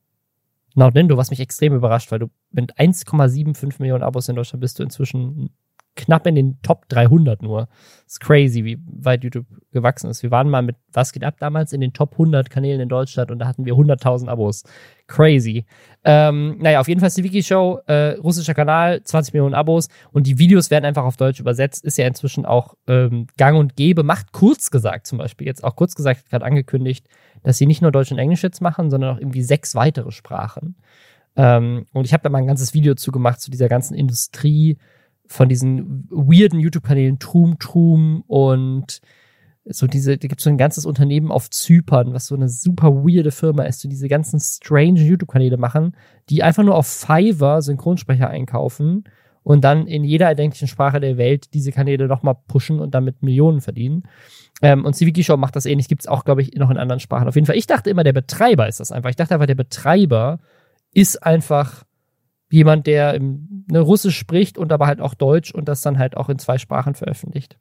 laut Nindo, was mich extrem überrascht, weil du mit eins Komma fünfundsiebzig Millionen Abos in Deutschland bist du inzwischen knapp in den Top dreihundert nur. Das ist crazy, wie weit YouTube gewachsen ist. Wir waren mal mit Was geht ab damals in den Top hundert Kanälen in Deutschland und da hatten wir hunderttausend Abos. Crazy. Ähm, naja, auf jeden Fall Sliviki Show, äh, russischer Kanal, zwanzig Millionen Abos und die Videos werden einfach auf Deutsch übersetzt. Ist ja inzwischen auch ähm, gang und gäbe. Macht kurz gesagt zum Beispiel, jetzt auch kurz gesagt, gerade angekündigt, dass sie nicht nur Deutsch und Englisch jetzt machen, sondern auch irgendwie sechs weitere Sprachen. Ähm, und ich habe da mal ein ganzes Video zu gemacht, zu dieser ganzen Industrie von diesen weirden YouTube-Kanälen Trum Trum und so diese, da gibt es so ein ganzes Unternehmen auf Zypern, was so eine super weirde Firma ist, so diese ganzen strange YouTube-Kanäle machen, die einfach nur auf Fiverr Synchronsprecher einkaufen und dann in jeder erdenklichen Sprache der Welt diese Kanäle nochmal pushen und damit Millionen verdienen. Ähm, und Sliviki Show macht das ähnlich, gibt es auch, glaube ich, noch in anderen Sprachen. Auf jeden Fall, ich dachte immer, der Betreiber ist das einfach. Ich dachte einfach, der Betreiber ist einfach jemand, der im, ne, Russisch spricht und aber halt auch Deutsch und das dann halt auch in zwei Sprachen veröffentlicht.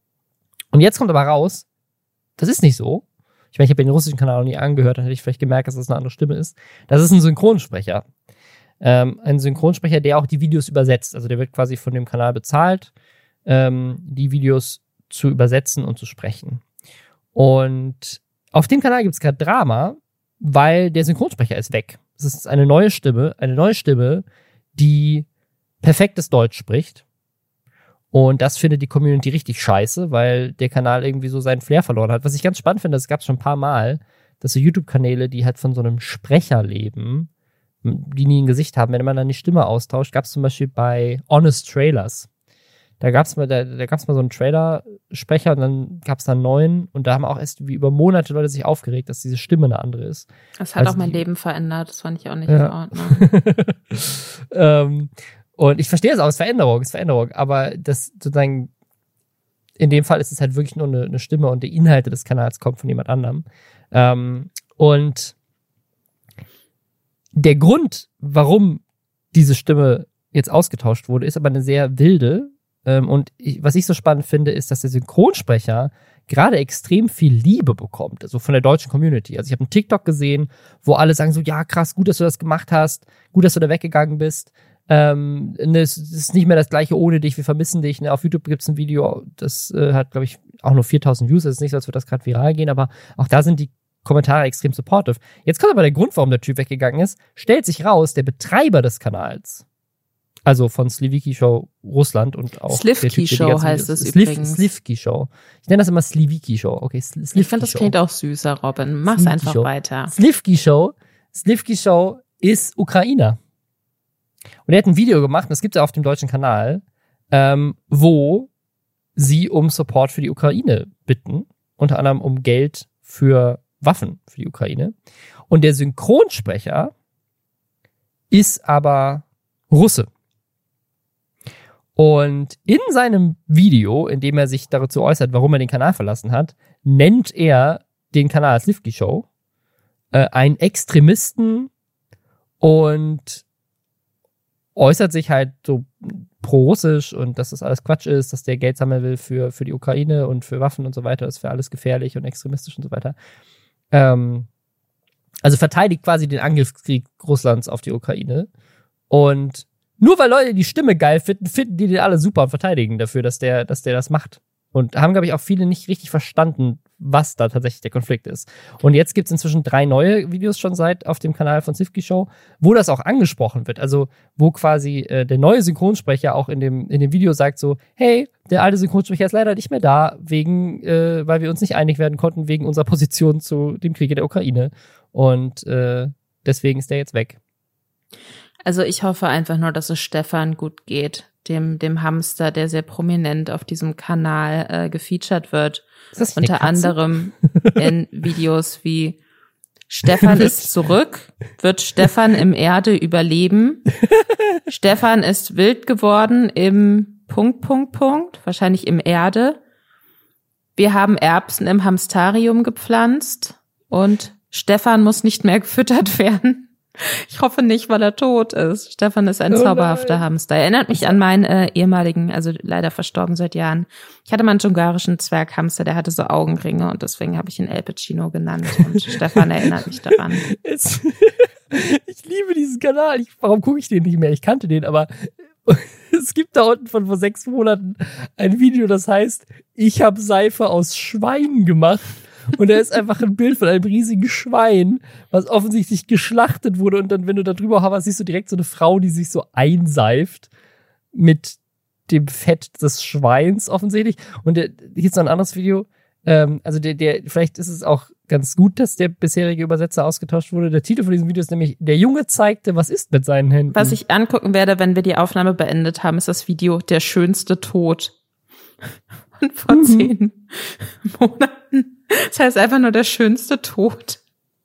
Und jetzt kommt aber raus, das ist nicht so. Ich meine, ich habe den russischen Kanal noch nie angehört, dann hätte ich vielleicht gemerkt, dass das eine andere Stimme ist. Das ist ein Synchronsprecher. Ähm, ein Synchronsprecher, der auch die Videos übersetzt. Also der wird quasi von dem Kanal bezahlt, ähm, die Videos zu übersetzen und zu sprechen. Und auf dem Kanal gibt es gerade Drama, weil der Synchronsprecher ist weg. Es ist eine neue Stimme, eine neue Stimme, die perfektes Deutsch spricht. Und das findet die Community richtig scheiße, weil der Kanal irgendwie so seinen Flair verloren hat. Was ich ganz spannend finde, das gab es schon ein paar Mal, dass so YouTube-Kanäle, die halt von so einem Sprecher leben, die nie ein Gesicht haben, wenn man dann die Stimme austauscht, gab es zum Beispiel bei Honest Trailers. Da gab es mal, da, da gab's mal so einen Trailer-Sprecher und dann gab es da einen neuen und da haben auch erst wie über Monate Leute sich aufgeregt, dass diese Stimme eine andere ist. Das hat also auch mein die, Leben verändert, das fand ich auch nicht ja. in Ordnung. ähm, und ich verstehe es auch, es ist Veränderung, es ist Veränderung, aber das sozusagen, in dem Fall ist es halt wirklich nur eine, eine Stimme und die Inhalte des Kanals kommen von jemand anderem. Ähm, und der Grund, warum diese Stimme jetzt ausgetauscht wurde, ist aber eine sehr wilde. Und ich, was ich so spannend finde, ist, dass der Synchronsprecher gerade extrem viel Liebe bekommt, also von der deutschen Community. Also ich habe einen TikTok gesehen, wo alle sagen so, ja krass, gut, dass du das gemacht hast, gut, dass du da weggegangen bist. Ähm, es ist nicht mehr das Gleiche ohne dich, wir vermissen dich. Auf YouTube gibt es ein Video, das äh, hat, glaube ich, auch nur viertausend Views. Es ist nicht so, als würde das gerade viral gehen, aber auch da sind die Kommentare extrem supportive. Jetzt kommt aber der Grund, warum der Typ weggegangen ist, stellt sich raus, der Betreiber des Kanals, also von Sliviki Show Russland und auch Slivki Show heißt es Sliv, übrigens. Slivki Show. Ich nenne das immer Sliviki Show. Okay, Slivki ich finde, das klingt auch süßer, Robin. Mach's Slivki einfach Show. weiter. Slivki Show. Slivki Show ist Ukrainer. Und er hat ein Video gemacht, das gibt es ja auf dem deutschen Kanal, ähm, wo sie um Support für die Ukraine bitten. Unter anderem um Geld für Waffen für die Ukraine. Und der Synchronsprecher ist aber Russe. Und in seinem Video, in dem er sich dazu äußert, warum er den Kanal verlassen hat, nennt er den Kanal Slivki Show äh, einen Extremisten und äußert sich halt so pro-russisch und dass das alles Quatsch ist, dass der Geld sammeln will für, für die Ukraine und für Waffen und so weiter, das wäre alles gefährlich und extremistisch und so weiter. Ähm, also verteidigt quasi den Angriffskrieg Russlands auf die Ukraine. Und nur weil Leute die Stimme geil finden, finden die den alle super und verteidigen dafür, dass der, dass der das macht. Und haben, glaube ich, auch viele nicht richtig verstanden, was da tatsächlich der Konflikt ist. Und jetzt gibt es inzwischen drei neue Videos schon seit auf dem Kanal von Sifki Show, wo das auch angesprochen wird. Also wo quasi äh, der neue Synchronsprecher auch in dem, in dem Video sagt so, hey, der alte Synchronsprecher ist leider nicht mehr da, wegen, äh, weil wir uns nicht einig werden konnten wegen unserer Position zu dem Krieg in der Ukraine. Und äh, deswegen ist der jetzt weg. Also ich hoffe einfach nur, dass es Stefan gut geht. Dem, dem Hamster, der sehr prominent auf diesem Kanal äh, gefeatured wird. Ist das unter anderem in Videos wie Stefan ist zurück, wird Stefan im Erde überleben, Stefan ist wild geworden im Punkt, Punkt, Punkt, wahrscheinlich im Erde, wir haben Erbsen im Hamstarium gepflanzt und Stefan muss nicht mehr gefüttert werden. Ich hoffe nicht, weil er tot ist. Stefan ist ein oh zauberhafter nein. Hamster. Erinnert mich an meinen äh, ehemaligen, also leider verstorben seit Jahren. Ich hatte mal einen dschungarischen Zwerghamster, der hatte so Augenringe und deswegen habe ich ihn El Pacino genannt. Und Stefan erinnert mich daran. Es, ich liebe diesen Kanal. Ich, warum gucke ich den nicht mehr? Ich kannte den, aber es gibt da unten von vor sechs Monaten ein Video, das heißt, ich habe Seife aus Schwein gemacht. Und da ist einfach ein Bild von einem riesigen Schwein, was offensichtlich geschlachtet wurde. Und dann, wenn du da drüber hoverst, siehst du direkt so eine Frau, die sich so einseift mit dem Fett des Schweins offensichtlich. Und der, hier ist noch ein anderes Video. Ähm, also der, der, vielleicht ist es auch ganz gut, dass der bisherige Übersetzer ausgetauscht wurde. Der Titel von diesem Video ist nämlich, der Junge zeigte, was ist mit seinen Händen. Was ich angucken werde, wenn wir die Aufnahme beendet haben, ist das Video Der schönste Tod. Und vor mhm. zehn Monaten. Das heißt einfach nur der schönste Tod.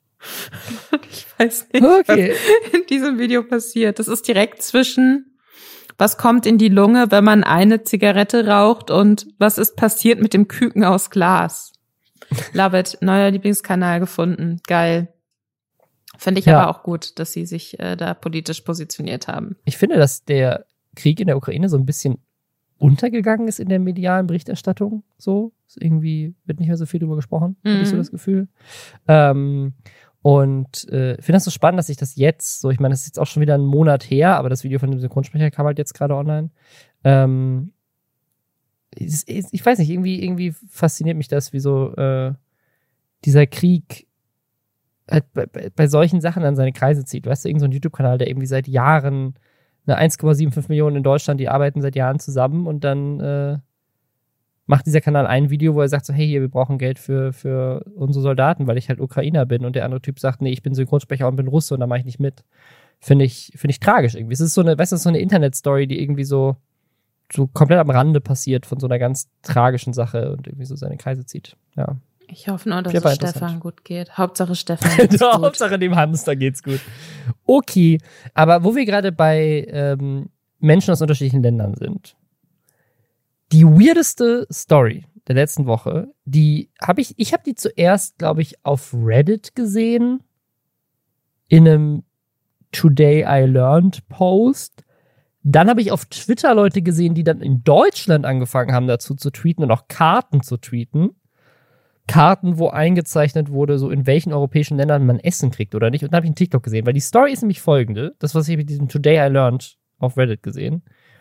Ich weiß nicht, okay. was in diesem Video passiert. Das ist direkt zwischen, was kommt in die Lunge, wenn man eine Zigarette raucht und was ist passiert mit dem Küken aus Glas. Love it. Neuer Lieblingskanal gefunden. Geil. Finde ich ja. aber auch gut, dass sie sich äh, da politisch positioniert haben. Ich finde, dass der Krieg in der Ukraine so ein bisschen untergegangen ist in der medialen Berichterstattung, so. Irgendwie wird nicht mehr so viel drüber gesprochen, mhm. habe ich so das Gefühl. Ähm, und äh, finde das so spannend, dass ich das jetzt, so, ich meine, das ist jetzt auch schon wieder einen Monat her, aber das Video von dem Synchronsprecher kam halt jetzt gerade online. Ähm, ich, ich weiß nicht, irgendwie, irgendwie fasziniert mich das, wie so äh, dieser Krieg halt bei, bei, bei solchen Sachen an seine Kreise zieht. Weißt du, irgend so ein YouTube-Kanal, der irgendwie seit Jahren eine eins Komma fünfundsiebzig Millionen in Deutschland, die arbeiten seit Jahren zusammen und dann äh, macht dieser Kanal ein Video, wo er sagt so, hey, hier, wir brauchen Geld für, für unsere Soldaten, weil ich halt Ukrainer bin. Und der andere Typ sagt, nee, ich bin Synchronsprecher und bin Russe und da mache ich nicht mit. Finde ich, finde ich tragisch irgendwie. Es ist so eine, weißt du, so eine Internet-Story, die irgendwie so, so komplett am Rande passiert von so einer ganz tragischen Sache und irgendwie so seine Kreise zieht. Ja. Ich hoffe nur, dass es Stefan gut geht. Hauptsache Stefan geht's gut. Hauptsache dem Hamster geht's gut. Okay, aber wo wir gerade bei ähm, Menschen aus unterschiedlichen Ländern sind. Die weirdeste Story der letzten Woche, die habe ich, ich habe die zuerst, glaube ich, auf Reddit gesehen, in einem Today I Learned Post. Dann habe ich auf Twitter Leute gesehen, die dann in Deutschland angefangen haben, dazu zu tweeten und auch Karten zu tweeten. Karten, wo eingezeichnet wurde, so in welchen europäischen Ländern man Essen kriegt oder nicht. Und dann habe ich einen TikTok gesehen, weil die Story ist nämlich folgende. Das, was ich mit diesem Today I Learned auf Reddit gesehen.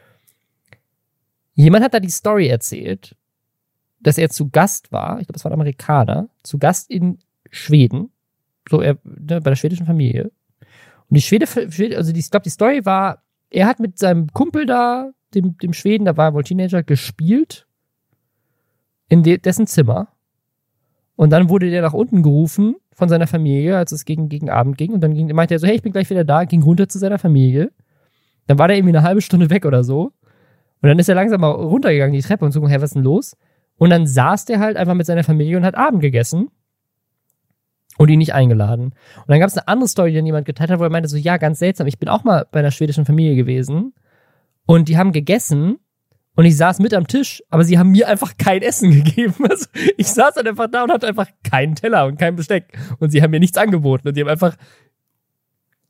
Jemand hat da die Story erzählt, dass er zu Gast war, ich glaube, es war ein Amerikaner, zu Gast in Schweden, so er, ne, bei der schwedischen Familie. Und die Schwede, also die, ich glaube, die Story war, er hat mit seinem Kumpel da, dem, dem Schweden, da war er wohl Teenager, gespielt in de, dessen Zimmer. Und dann wurde der nach unten gerufen von seiner Familie, als es gegen, gegen Abend ging. Und dann ging, meinte er so, hey, ich bin gleich wieder da, ging runter zu seiner Familie. Dann war der irgendwie eine halbe Stunde weg oder so. Und dann ist er langsam mal runtergegangen, die Treppe, und so, hey, was ist denn los? Und dann saß der halt einfach mit seiner Familie und hat Abend gegessen. Und ihn nicht eingeladen. Und dann gab es eine andere Story, die dann jemand geteilt hat, wo er meinte so, ja, ganz seltsam, ich bin auch mal bei einer schwedischen Familie gewesen. Und die haben gegessen. Und ich saß mit am Tisch, aber sie haben mir einfach kein Essen gegeben. Also ich saß dann einfach da und hatte einfach keinen Teller und kein Besteck. Und sie haben mir nichts angeboten. Und die haben einfach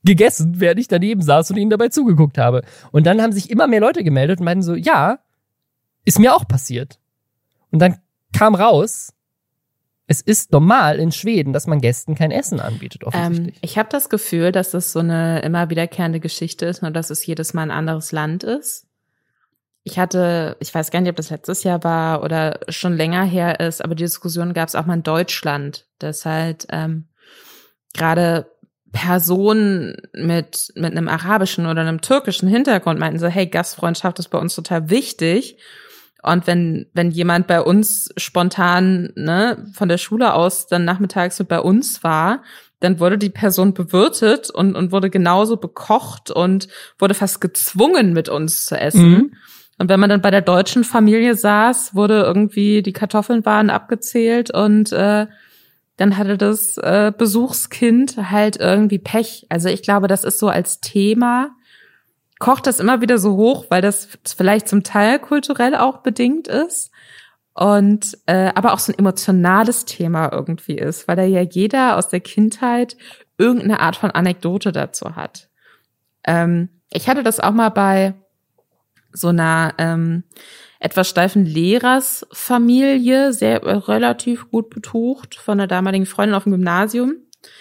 gegessen, während ich daneben saß und ihnen dabei zugeguckt habe. Und dann haben sich immer mehr Leute gemeldet und meinten so, ja, ist mir auch passiert. Und dann kam raus, es ist normal in Schweden, dass man Gästen kein Essen anbietet, offensichtlich. Ähm, ich habe das Gefühl, dass das so eine immer wiederkehrende Geschichte ist, nur dass es jedes Mal ein anderes Land ist. Ich hatte, ich weiß gar nicht, ob das letztes Jahr war oder schon länger her ist, aber die Diskussion gab es auch mal in Deutschland, dass halt ähm, gerade Personen mit mit einem arabischen oder einem türkischen Hintergrund meinten so, hey, Gastfreundschaft ist bei uns total wichtig. Und wenn wenn jemand bei uns spontan ne von der Schule aus dann nachmittags mit bei uns war, dann wurde die Person bewirtet und und wurde genauso bekocht und wurde fast gezwungen, mit uns zu essen. Mhm. Und wenn man dann bei der deutschen Familie saß, wurde irgendwie die Kartoffeln waren abgezählt und äh, dann hatte das äh, Besuchskind halt irgendwie Pech. Also ich glaube, das ist so als Thema, kocht das immer wieder so hoch, weil das vielleicht zum Teil kulturell auch bedingt ist und äh, aber auch so ein emotionales Thema irgendwie ist, weil da ja jeder aus der Kindheit irgendeine Art von Anekdote dazu hat. Ähm, ich hatte das auch mal bei so einer ähm, etwas steifen Lehrersfamilie, sehr äh, relativ gut betucht, von der damaligen Freundin auf dem Gymnasium.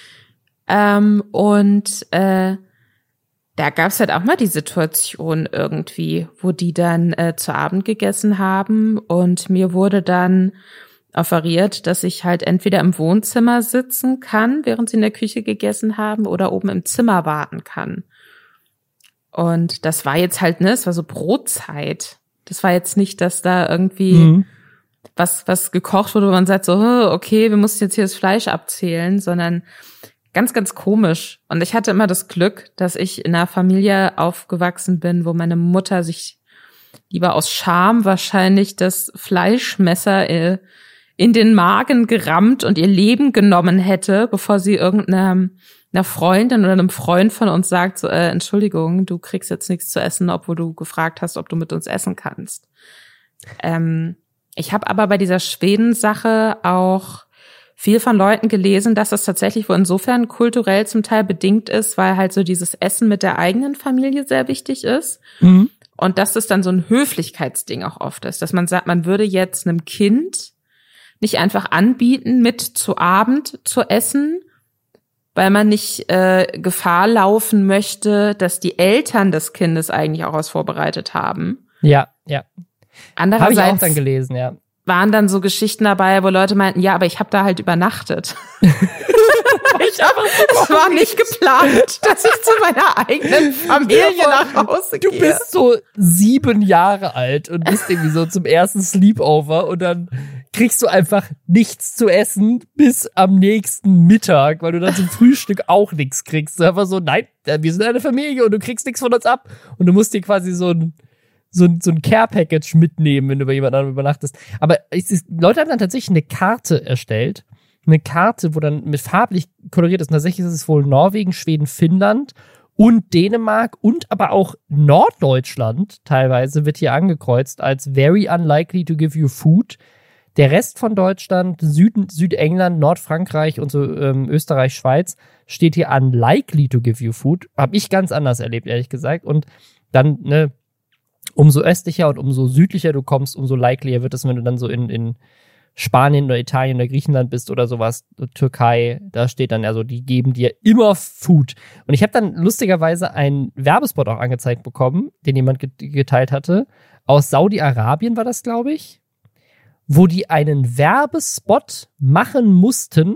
Ähm, und äh, da gab's halt auch mal die Situation irgendwie, wo die dann äh, zu Abend gegessen haben und mir wurde dann offeriert, dass ich halt entweder im Wohnzimmer sitzen kann, während sie in der Küche gegessen haben, oder oben im Zimmer warten kann. Und das war jetzt halt, ne, es war so Brotzeit. Das war jetzt nicht, dass da irgendwie mhm. was was gekocht wurde, wo man sagt so, okay, wir mussten jetzt hier das Fleisch abzählen, sondern ganz, ganz komisch. Und ich hatte immer das Glück, dass ich in einer Familie aufgewachsen bin, wo meine Mutter sich lieber aus Scham wahrscheinlich das Fleischmesser in den Magen gerammt und ihr Leben genommen hätte, bevor sie irgendeiner einer Freundin oder einem Freund von uns sagt, so, äh, Entschuldigung, du kriegst jetzt nichts zu essen, obwohl du gefragt hast, ob du mit uns essen kannst. Ähm, ich habe aber bei dieser Schweden-Sache auch viel von Leuten gelesen, dass das tatsächlich wohl insofern kulturell zum Teil bedingt ist, weil halt so dieses Essen mit der eigenen Familie sehr wichtig ist. Mhm. Und dass es dann so ein Höflichkeitsding auch oft ist, dass man sagt, man würde jetzt einem Kind nicht einfach anbieten, mit zu Abend zu essen, weil man nicht äh, Gefahr laufen möchte, dass die Eltern des Kindes eigentlich auch was vorbereitet haben. Ja, ja. Andererseits habe ich auch dann gelesen, ja. Waren dann so Geschichten dabei, wo Leute meinten, ja, aber ich habe da halt übernachtet. ich hab, es war nicht geplant, dass ich zu meiner eigenen Familie ja, nach Hause du gehe. Du bist so sieben Jahre alt und bist irgendwie so zum ersten Sleepover und dann kriegst du einfach nichts zu essen bis am nächsten Mittag, weil du dann zum Frühstück auch nichts kriegst. Du einfach so, nein, wir sind eine Familie und du kriegst nichts von uns ab. Und du musst dir quasi so ein so ein, so ein Care-Package mitnehmen, wenn du bei jemand anderem übernachtest. Aber es ist, Leute haben dann tatsächlich eine Karte erstellt. Eine Karte, wo dann mit farblich koloriert ist. Und tatsächlich ist es wohl Norwegen, Schweden, Finnland und Dänemark und aber auch Norddeutschland teilweise wird hier angekreuzt als very unlikely to give you food. Der Rest von Deutschland, Süden, Südengland, Nordfrankreich und so ähm, Österreich, Schweiz steht hier unlikely to give you food. Hab ich ganz anders erlebt, ehrlich gesagt. Und dann, ne, umso östlicher und umso südlicher du kommst, umso likelier wird es, wenn du dann so in, in Spanien oder Italien oder Griechenland bist oder sowas, Türkei, da steht dann ja so, die geben dir immer Food. Und ich habe dann lustigerweise einen Werbespot auch angezeigt bekommen, den jemand geteilt hatte. Aus Saudi-Arabien war das, glaube ich, wo die einen Werbespot machen mussten,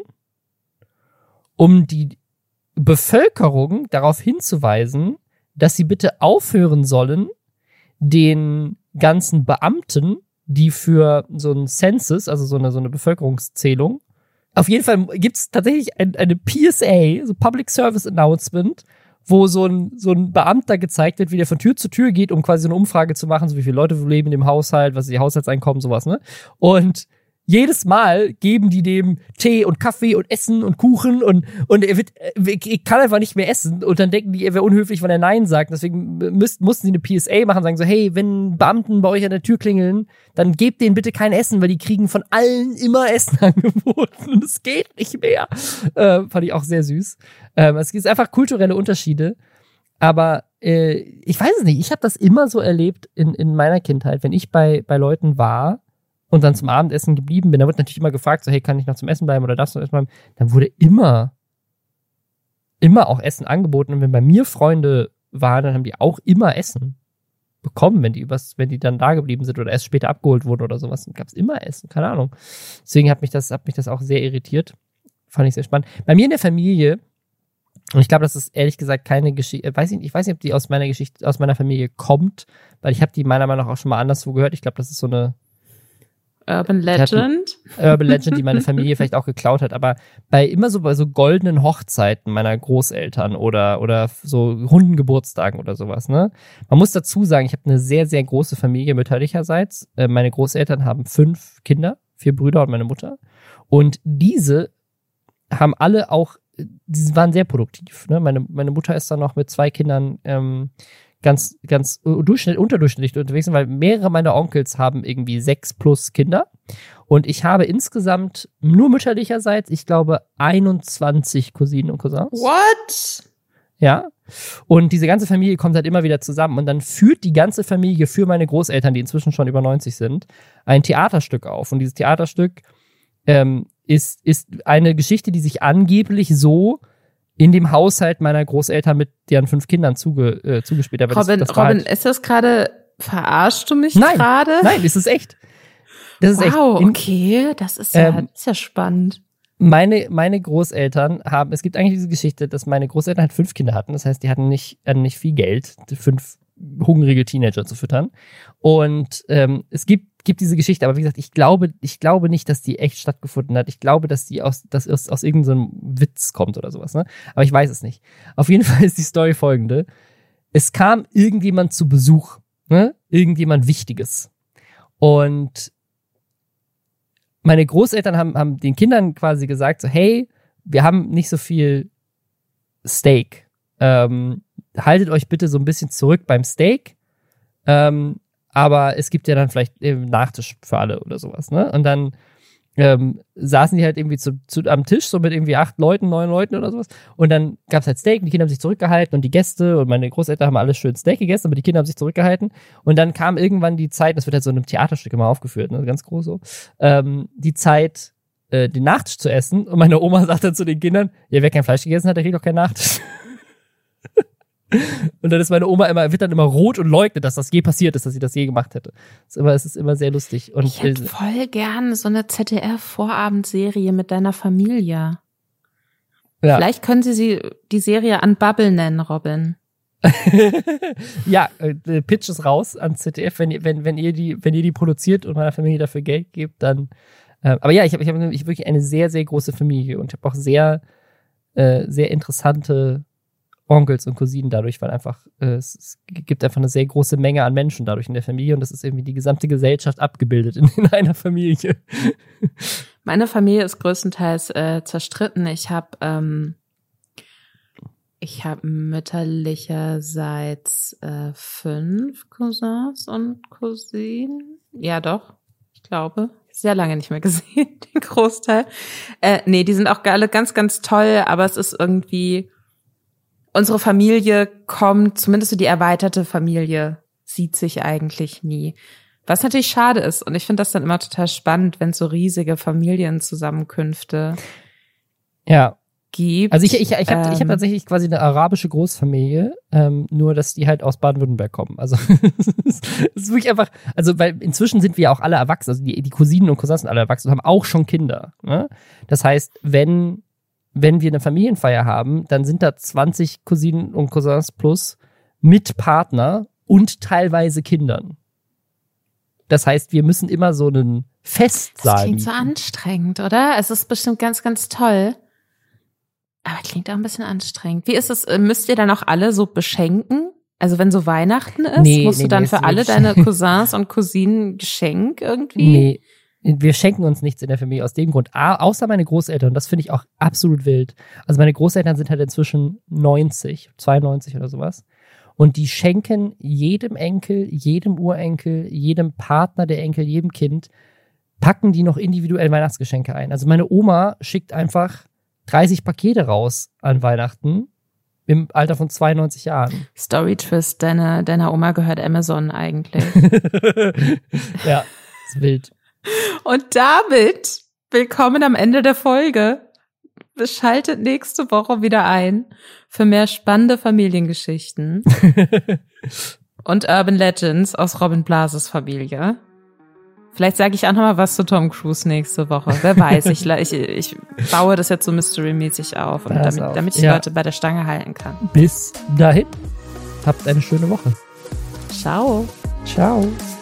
um die Bevölkerung darauf hinzuweisen, dass sie bitte aufhören sollen, den ganzen Beamten, die für so ein Census, also so eine, so eine Bevölkerungszählung, auf jeden Fall gibt es tatsächlich ein, eine P S A, so Public Service Announcement, wo so ein, so ein Beamter gezeigt wird, wie der von Tür zu Tür geht, um quasi eine Umfrage zu machen, so wie viele Leute leben in dem Haushalt, was ist ihr Haushaltseinkommen, sowas, ne? Und jedes Mal geben die dem Tee und Kaffee und Essen und Kuchen und, und er wird, er kann einfach nicht mehr essen und dann denken die, er wäre unhöflich, wenn er Nein sagt. Deswegen müssten, mussten sie eine P S A machen und sagen so, hey, wenn Beamten bei euch an der Tür klingeln, dann gebt denen bitte kein Essen, weil die kriegen von allen immer Essen angeboten und es geht nicht mehr. Äh, fand ich auch sehr süß. Ähm, es gibt einfach kulturelle Unterschiede, aber äh, ich weiß es nicht, ich habe das immer so erlebt in, in meiner Kindheit, wenn ich bei, bei Leuten war, und dann zum Abendessen geblieben bin, da wird natürlich immer gefragt, so, hey, kann ich noch zum Essen bleiben oder darfst du essen bleiben? Dann wurde immer, immer auch Essen angeboten. Und wenn bei mir Freunde waren, dann haben die auch immer Essen bekommen, wenn die übers, wenn die dann da geblieben sind oder erst später abgeholt wurden oder sowas. Dann gab es immer Essen, keine Ahnung. Deswegen hat mich das, hat mich das auch sehr irritiert. Fand ich sehr spannend. Bei mir in der Familie, und ich glaube, das ist ehrlich gesagt keine Geschichte, weiß ich, ich weiß nicht, ob die aus meiner Geschichte, aus meiner Familie kommt, weil ich habe die meiner Meinung nach auch schon mal anderswo gehört. Ich glaube, das ist so eine Urban Legend. Urban Legend, die meine Familie vielleicht auch geklaut hat, aber bei immer so bei so goldenen Hochzeiten meiner Großeltern oder oder so runden Geburtstagen oder sowas, ne? Man muss dazu sagen, ich habe eine sehr, sehr große Familie mütterlicherseits. Äh, meine Großeltern haben fünf Kinder, vier Brüder und meine Mutter. Und diese haben alle auch, die waren sehr produktiv, ne? Meine, meine Mutter ist dann noch mit zwei Kindern ähm, ganz, ganz durchschnitt, unterdurchschnittlich unterwegs sind, weil mehrere meiner Onkels haben irgendwie sechs plus Kinder. Und ich habe insgesamt nur mütterlicherseits, ich glaube, einundzwanzig Cousinen und Cousins. What? Ja. Und diese ganze Familie kommt halt immer wieder zusammen. Und dann führt die ganze Familie für meine Großeltern, die inzwischen schon über neunzig sind, ein Theaterstück auf. Und dieses Theaterstück ähm, ist, ist eine Geschichte, die sich angeblich so in dem Haushalt meiner Großeltern mit deren fünf Kindern zuge, äh, zugespielt hat. Robin, das, das Robin, halt, ist das gerade, verarschst du mich nein, gerade? Nein, das ist echt. Das ist wow, echt. In, okay, das ist ja, ähm, das ist ja spannend. Meine, meine Großeltern haben, es gibt eigentlich diese Geschichte, dass meine Großeltern halt fünf Kinder hatten. Das heißt, die hatten nicht, hatten nicht viel Geld, fünf hungrige Teenager zu füttern. Und ähm, es gibt gibt diese Geschichte, aber wie gesagt, ich glaube, ich glaube nicht, dass die echt stattgefunden hat. Ich glaube, dass die aus, dass aus, aus irgendeinem Witz kommt oder sowas, ne? Aber ich weiß es nicht. Auf jeden Fall ist die Story folgende. Es kam irgendjemand zu Besuch, ne? Irgendjemand Wichtiges. Und meine Großeltern haben, haben den Kindern quasi gesagt, so, hey, wir haben nicht so viel Steak. Ähm, haltet euch bitte so ein bisschen zurück beim Steak. Ähm, aber es gibt ja dann vielleicht eben Nachtisch für alle oder sowas, ne? Und dann ähm, saßen die halt irgendwie zu, zu, am Tisch, so mit irgendwie acht Leuten, neun Leuten oder sowas. Und dann gab es halt Steak und die Kinder haben sich zurückgehalten und die Gäste und meine Großeltern haben alles schön Steak gegessen, aber die Kinder haben sich zurückgehalten. Und dann kam irgendwann die Zeit, das wird halt so in einem Theaterstück immer aufgeführt, ne? Ganz groß so, ähm, die Zeit, äh, den Nachtisch zu essen. Und meine Oma sagt dann zu den Kindern, ja, wer kein Fleisch gegessen hat, der kriegt doch keinen Nachtisch. Und dann ist meine Oma immer, wird dann immer rot und leugnet, dass das je passiert ist, dass sie das je gemacht hätte. Es ist immer, es ist immer sehr lustig. Und ich hätte voll gern so eine Z D F-Vorabendserie mit deiner Familie. Ja. Vielleicht können Sie sie die Serie Unbubble nennen, Robin. Ja, äh, Pitch ist raus an Z D F, wenn, wenn, wenn ihr die, wenn ihr die produziert und meiner Familie dafür Geld gebt, dann. Äh, aber ja, ich habe, ich habe ich wirklich eine sehr, sehr große Familie und ich habe auch sehr, äh, sehr interessante Onkels und Cousinen dadurch, weil einfach äh, es, es gibt einfach eine sehr große Menge an Menschen dadurch in der Familie und das ist irgendwie die gesamte Gesellschaft abgebildet in, in einer Familie. Meine Familie ist größtenteils äh, zerstritten. Ich habe ähm, ich habe mütterlicherseits äh, fünf Cousins und Cousinen. Ja, doch, ich glaube. Sehr lange nicht mehr gesehen, den Großteil. Äh, nee, die sind auch alle ganz, ganz toll, aber es ist irgendwie unsere Familie kommt, zumindest so die erweiterte Familie, sieht sich eigentlich nie. Was natürlich schade ist. Und ich finde das dann immer total spannend, wenn es so riesige Familienzusammenkünfte ja. gibt. Also ich, ich, ich habe ähm, ich hab tatsächlich quasi eine arabische Großfamilie, ähm, nur dass die halt aus Baden-Württemberg kommen. Also es ist wirklich einfach, also weil inzwischen sind wir ja auch alle erwachsen, also die, die Cousinen und Cousins sind alle erwachsen und haben auch schon Kinder. Ne? Das heißt, wenn wenn wir eine Familienfeier haben, dann sind da zwanzig Cousinen und Cousins plus mit Partner und teilweise Kindern. Das heißt, wir müssen immer so einen Festsaal. Das klingt so anstrengend, oder? Es ist bestimmt ganz, ganz toll. Aber klingt auch ein bisschen anstrengend. Wie ist es, müsst ihr dann auch alle so beschenken? Also wenn so Weihnachten ist, nee, musst nee, du dann nee, für alle deine Cousins und Cousinen Geschenk irgendwie? Nee. wir schenken uns nichts in der Familie aus dem Grund. A, außer meine Großeltern. Das finde ich auch absolut wild. Also meine Großeltern sind halt inzwischen neunzig, zweiundneunzig oder sowas. Und die schenken jedem Enkel, jedem Urenkel, jedem Partner der Enkel, jedem Kind, packen die noch individuell Weihnachtsgeschenke ein. Also meine Oma schickt einfach dreißig Pakete raus an Weihnachten im Alter von zweiundneunzig Jahren. Story-Twist, deiner, deiner Oma gehört Amazon eigentlich. Ja, ist wild. Und damit willkommen am Ende der Folge. Schaltet nächste Woche wieder ein für mehr spannende Familiengeschichten und Urban Legends aus Robin Blases Familie. Vielleicht sage ich auch noch mal was zu Tom Cruise nächste Woche. Wer weiß, ich, ich, ich baue das jetzt so mystery-mäßig auf, und damit, auf. damit ich ja. Leute bei der Stange halten kann. Bis dahin, habt eine schöne Woche. Ciao. Ciao.